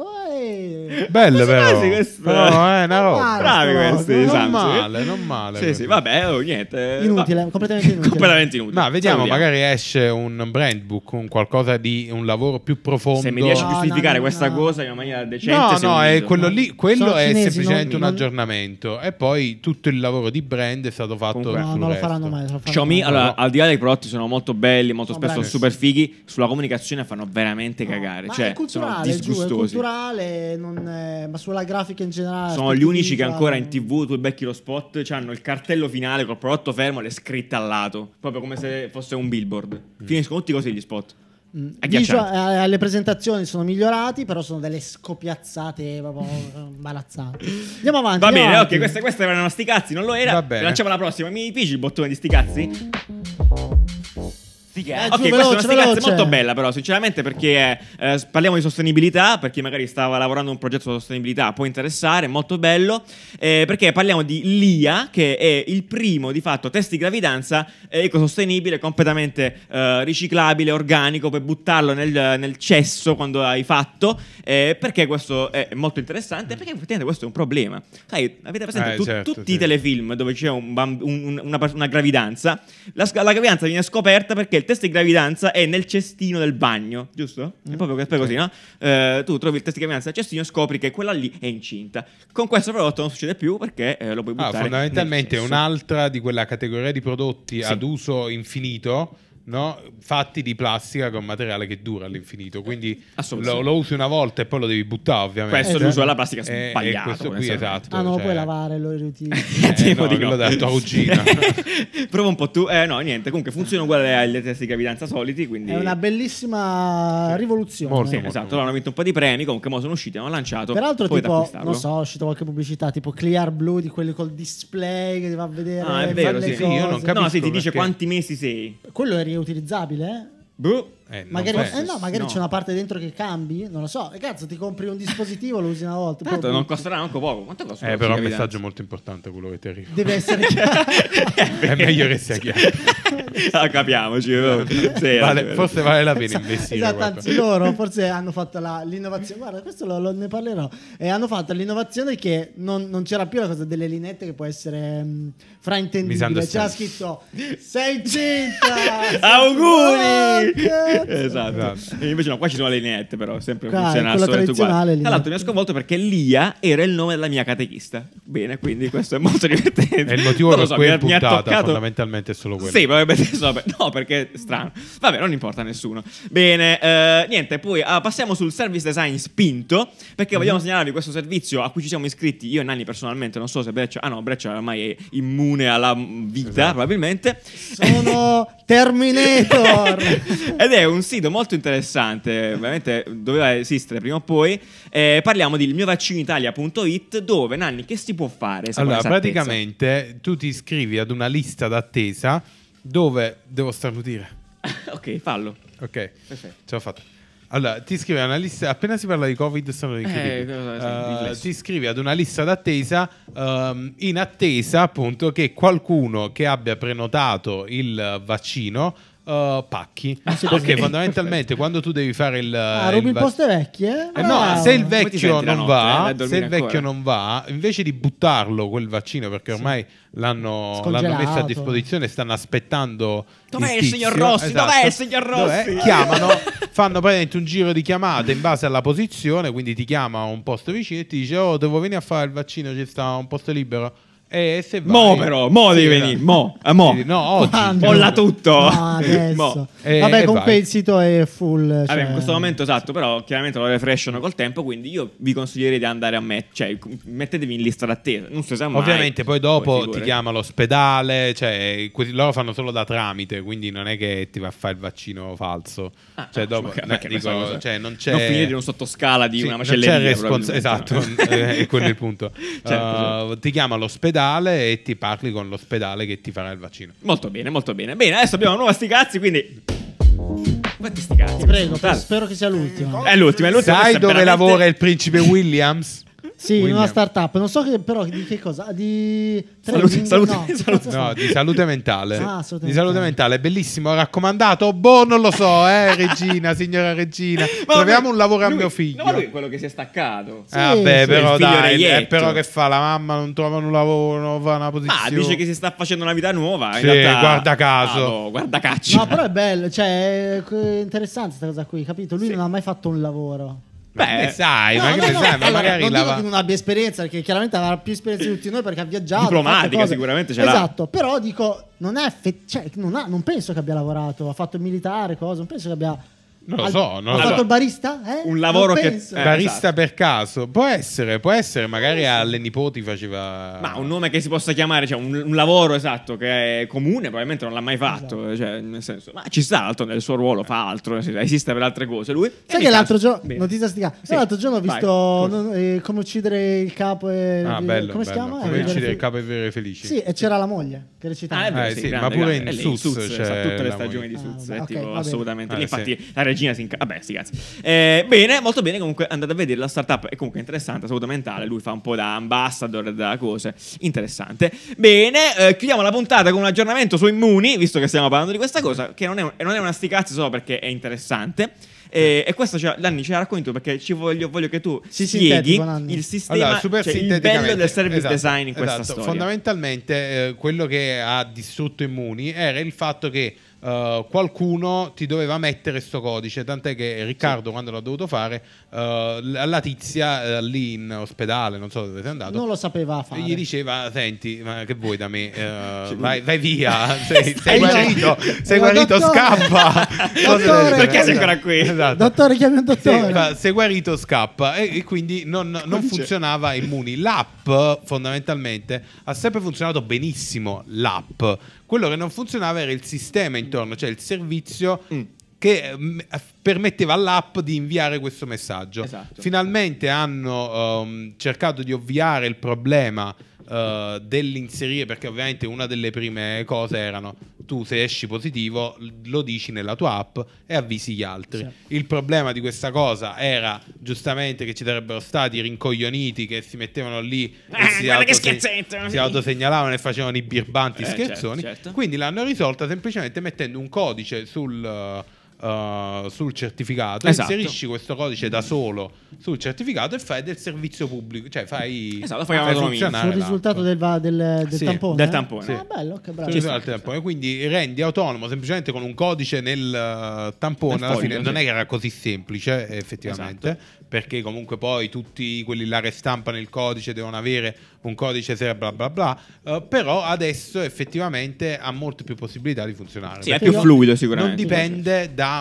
belle però. È una roba. Bravi questi di Samsung. Non male. Sì, vabbè, niente. Inutile, completamente inutile. Ma vediamo, magari esce un brand book, un qualcosa di un lavoro più profondo. Se mi riesci a giustificare questa cosa in una maniera decente, è quello lì, quello è semplicemente un aggiornamento e poi tutto il lavoro di brand è stato fatto non lo faranno mai. Xiaomi, allora, al di là dei prodotti sono molto belli, molto spesso super fighi, sulla comunicazione fanno veramente cagare, cioè sono disgustosi. È culturale, ma sulla grafica in generale sono gli unici che ancora in TV tu becchi lo spot, hanno il cartello finale col prodotto fermo e le scritte al lato, proprio come se fosse un billboard. Finiscono tutti così gli spot. Le presentazioni sono migliorati, però sono delle scopiazzate proprio imbarazzanti. Andiamo avanti. Va bene, ok, queste erano sti cazzi, non lo era. Lanciamo la prossima. Mi dici il bottone di sti cazzi? Sti Ok, questa è molto bella però, sinceramente, perché parliamo di sostenibilità, per chi magari stava lavorando un progetto sulla sostenibilità può interessare, è molto bello, perché parliamo di LIA, che è il primo di fatto test di gravidanza ecosostenibile, completamente riciclabile, organico, puoi buttarlo nel cesso quando hai fatto, perché questo è molto interessante, perché effettivamente questo è un problema. Sai, avete presente tutti i telefilm dove c'è una gravidanza, la gravidanza viene scoperta perché il test di gravidanza è nel cestino del bagno, giusto? È proprio così, no? Tu trovi il test di gravidanza nel cestino e scopri che quella lì è incinta. Con questo prodotto non succede più perché lo puoi buttare. Fondamentalmente è un'altra di quella categoria di prodotti ad uso infinito, no? Fatti di plastica con materiale che dura all'infinito, quindi lo usi una volta e poi lo devi buttare, ovviamente. Questo è l'uso della plastica sbagliato. Questo qui, esatto. Non lo puoi lavare, lo riutilizzi. Quello della tua cugina. Prova un po' tu. No, niente, comunque funziona uguale agli test di gravidanza soliti, quindi è una bellissima rivoluzione. Esatto, loro hanno vinto un po' di premi, comunque mo sono usciti, hanno lanciato. Peraltro tipo, non so, è uscita qualche pubblicità tipo Clear Blue, di quelli col display che ti va a vedere. Ah, è vero, sì. Io non capisco. No, sì, ti dice quanti mesi sei. Quello è riutilizzabile? Magari c'è una parte dentro che cambi, non lo so. E cazzo, ti compri un dispositivo, lo usi una volta. Tanto non costerà neanche poco. Quanto costa? Però è un messaggio molto importante quello che ti arriva. Deve essere chiaro. È meglio che sia chiaro. Capiamoci. Forse vale la pena investire. Esatto, anzi loro forse hanno fatto l'innovazione. Guarda, questo ne parlerò. E hanno fatto l'innovazione che non c'era più la cosa delle linette che può essere fraintendibile. C'era scritto sei incinta. Auguri. Esatto. E invece no, qua ci sono le lineette, però sempre funziona assolutamente uguale. Tra l'altro mi ha sconvolto perché Lia era il nome della mia catechista. Bene, quindi questo è molto divertente. E il motivo per cui è puntata fondamentalmente è solo quello. Sì, no, perché è strano. Vabbè, non importa a nessuno. Bene, niente, poi passiamo sul service design spinto, perché vogliamo segnalarvi questo servizio a cui ci siamo iscritti io e Nanni personalmente. Non so se Breccia Breccia ormai è immune alla vita, probabilmente. Sono Terminator. Ed è un sito molto interessante, veramente doveva esistere prima o poi. Parliamo di ilmiovaccinitalia.it, dove, Nanni, che si può fare? Allora, praticamente tu ti iscrivi ad una lista d'attesa dove devo starnutire. Ok, fallo. Ok, perfetto, ce l'ho fatta. Allora, ti iscrivi a una lista. Appena si parla di Covid, sono incredibili. Ti iscrivi ad una lista d'attesa in attesa appunto che qualcuno che abbia prenotato il vaccino pacchi, perché fondamentalmente quando tu devi fare rubi poste vecchie? No, se il vecchio non va, invece di buttarlo quel vaccino, perché ormai l'hanno messo a disposizione, stanno aspettando. Dov'è il signor Rossi? Esatto. Dov'è il signor Rossi? Chiamano, fanno praticamente un giro di chiamate in base alla posizione, quindi ti chiama un posto vicino e ti dice: oh, devo venire a fare il vaccino, ci sta un posto libero. E se vai, mo devi venire, mo. No, oggi molla tutto. No, adesso. Vabbè, comunque il sito è full. Vabbè, in questo momento esatto, però chiaramente lo refreshano col tempo, quindi io vi consiglierei di andare mettetevi in lista d'attesa. Non si sa mai. Ovviamente poi dopo ti chiama l'ospedale, loro fanno solo da tramite, quindi non è che ti va a fare il vaccino falso. Dopo non c'è. Non finire di un sottoscala di una macelleria. Esatto, è quello il punto. Ti chiama l'ospedale e ti parli con l'ospedale che ti farà il vaccino. Molto bene, molto bene. Bene, adesso abbiamo una nuova sti cazzi, quindi fatti sti cazzi. Ti prego, spero che sia l'ultima. È l'ultima. Sai dove lavora il principe Williams? Sì, in una startup, non so però di che cosa, di salute mentale. Di salute mentale, bellissimo, raccomandato. Non lo so, Regina, signora Regina. Troviamo un lavoro a mio figlio. No, lui è quello che si è staccato. Però dai, però che fa la mamma, non trova un lavoro, non fa una posizione. Ma dice che si sta facendo una vita nuova. Sì, in realtà, guarda caso. Guarda caccia. No, però è bello, è interessante questa cosa qui, capito? Lui non ha mai fatto un lavoro. Magari non dico che non abbia esperienza, perché chiaramente avrà più esperienza di tutti noi perché ha viaggiato. Diplomatica sicuramente ce l'ha. Esatto, però dico, non penso che abbia lavorato, ha fatto il militare, non penso che abbia Non lo so. Ha fatto il barista? Un lavoro che... barista esatto. per caso. Può essere, magari alle nipoti faceva... Ma un nome che si possa chiamare, cioè un lavoro esatto che è comune, probabilmente non l'ha mai fatto, cioè, nel senso, ma ci sta altro nel suo ruolo, fa altro, esiste per altre cose lui. Sai che l'altro giorno, notizia stica, l'altro giorno ho visto come uccidere il capo e... bello, come si chiama? Come uccidere il capo e vivere felici. Sì, e c'era la moglie che recitava. Sì, ma pure in Suits c'è tutte le stagioni di Suits, tipo assolutamente. Infatti la regina si vabbè, sti cazzi. Bene, molto bene, comunque andate a vedere la startup, è comunque interessante, salute mentale, lui fa un po' da ambassador, da cose, interessante. Bene, chiudiamo la puntata con un aggiornamento su Immuni, visto che stiamo parlando di questa cosa, che non è una sti cazzi solo perché è interessante. E questo Lanni ce la racconti perché voglio che tu spieghi il sistema, il bello del service design in questa storia. Fondamentalmente quello che ha distrutto Immuni era il fatto che qualcuno ti doveva mettere sto codice, tant'è che Riccardo quando l'ha dovuto fare la tizia lì in ospedale, non so dove sei andato, non lo sapeva fare, gli diceva senti ma che vuoi da me, vai via, sei guarito, scappa. Dottore, perché sei ancora qui? Esatto. Dottore, chiami un dottore. Sei guarito, scappa. E quindi non funzionava Immuni. L'app fondamentalmente ha sempre funzionato benissimo, l'app. Quello che non funzionava era il sistema intorno, cioè il servizio che permetteva all'app di inviare questo messaggio. Esatto. Finalmente hanno cercato di ovviare il problema dell'inserire, perché ovviamente una delle prime cose erano: tu se esci positivo lo dici nella tua app e avvisi gli altri. Sì. Il problema di questa cosa era giustamente che ci sarebbero stati rincoglioniti che si mettevano lì e si autosegnalavano e facevano i birbanti scherzoni. Certo. Quindi l'hanno risolta semplicemente mettendo un codice sul certificato. Esatto. Inserisci questo codice da solo sul certificato e fai del servizio pubblico, cioè fai funzionare sul risultato del tampone. Del tampone. Sì. Bello, che bravo. Del tampone. Quindi rendi autonomo semplicemente con un codice nel tampone. Alla fine non è che era così semplice effettivamente, esatto. Perché comunque poi tutti quelli là che stampano il codice devono avere un codice bla bla bla, però adesso effettivamente ha molte più possibilità di funzionare. Sì, è più fluido sicuramente. Non dipende da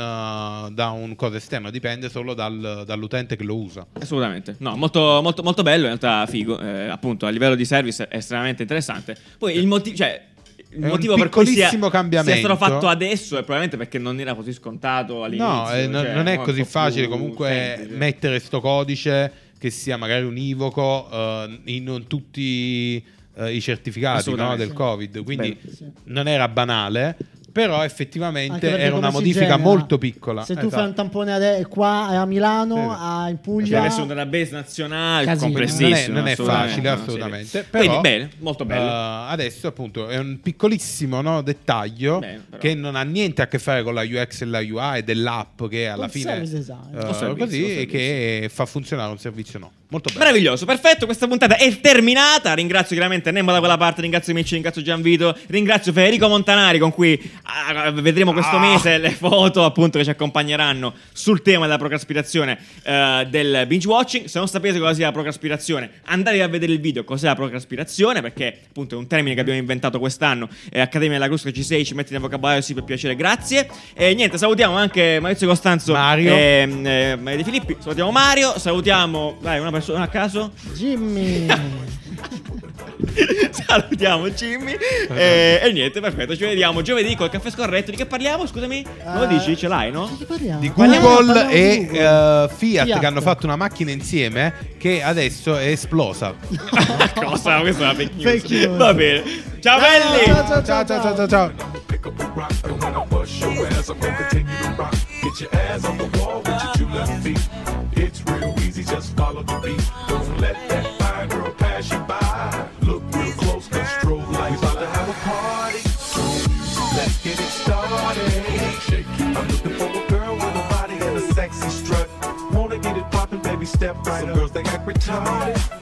un cosa esterno, dipende solo dall'utente che lo usa. Assolutamente. No, molto, molto, molto bello, in realtà figo, appunto a livello di service è estremamente interessante. Poi il motivo per cui sia stato fatto adesso è probabilmente perché non era così scontato all'inizio. No, non è così facile comunque mettere sto codice che sia magari univoco in non tutti i certificati del Covid, quindi non era banale. Però effettivamente era una modifica molto piccola. Se tu fai un tampone qua a Milano, in Puglia, deve essere un database nazionale complessissimo. Non è facile, assolutamente. Però, quindi bene, molto bello. Adesso appunto è un piccolissimo dettaglio che non ha niente a che fare con la UX e la UI dell'app, che alla fine così e che fa funzionare un servizio molto bello. Meraviglioso, perfetto, questa puntata è terminata. Ringrazio chiaramente Nembo da quella parte, ringrazio Micci, ringrazio Gianvito, ringrazio Federico Montanari con cui vedremo questo mese le foto appunto che ci accompagneranno sul tema della procrastinazione del binge watching. Se non sapete cosa sia la procrastinazione, andate a vedere il video cos'è la procrastinazione, perché appunto è un termine che abbiamo inventato quest'anno. Accademia della Crusca C6 ci metti nel vocabolario, sì, per piacere, grazie. E niente, salutiamo anche Maurizio Costanzo, Mario De Filippi, salutiamo Mario, salutiamo una persona a caso, Jimmy. Salutiamo Jimmy e niente, perfetto, ci vediamo giovedì col caffè scorretto. Di che parliamo? Scusami, non lo dici? Ce l'hai, no? Di Google e Fiat che hanno fatto una macchina insieme che adesso è esplosa. Cosa? Questa è una fake news. Va bene, ciao belli. Ciao. Pick up a rock, and when I bust your ass, I'm gonna continue to rock. Get your ass on the wall with your 2 left feet. It's real easy, just follow the beat. Don't let that fine girl pass you by. Look real close, cause strobe lights about to have a party. Let's get it started. I'm looking for a girl with a body and a sexy strut. Wanna get it poppin', baby, step right up. Some girls, they act retarded.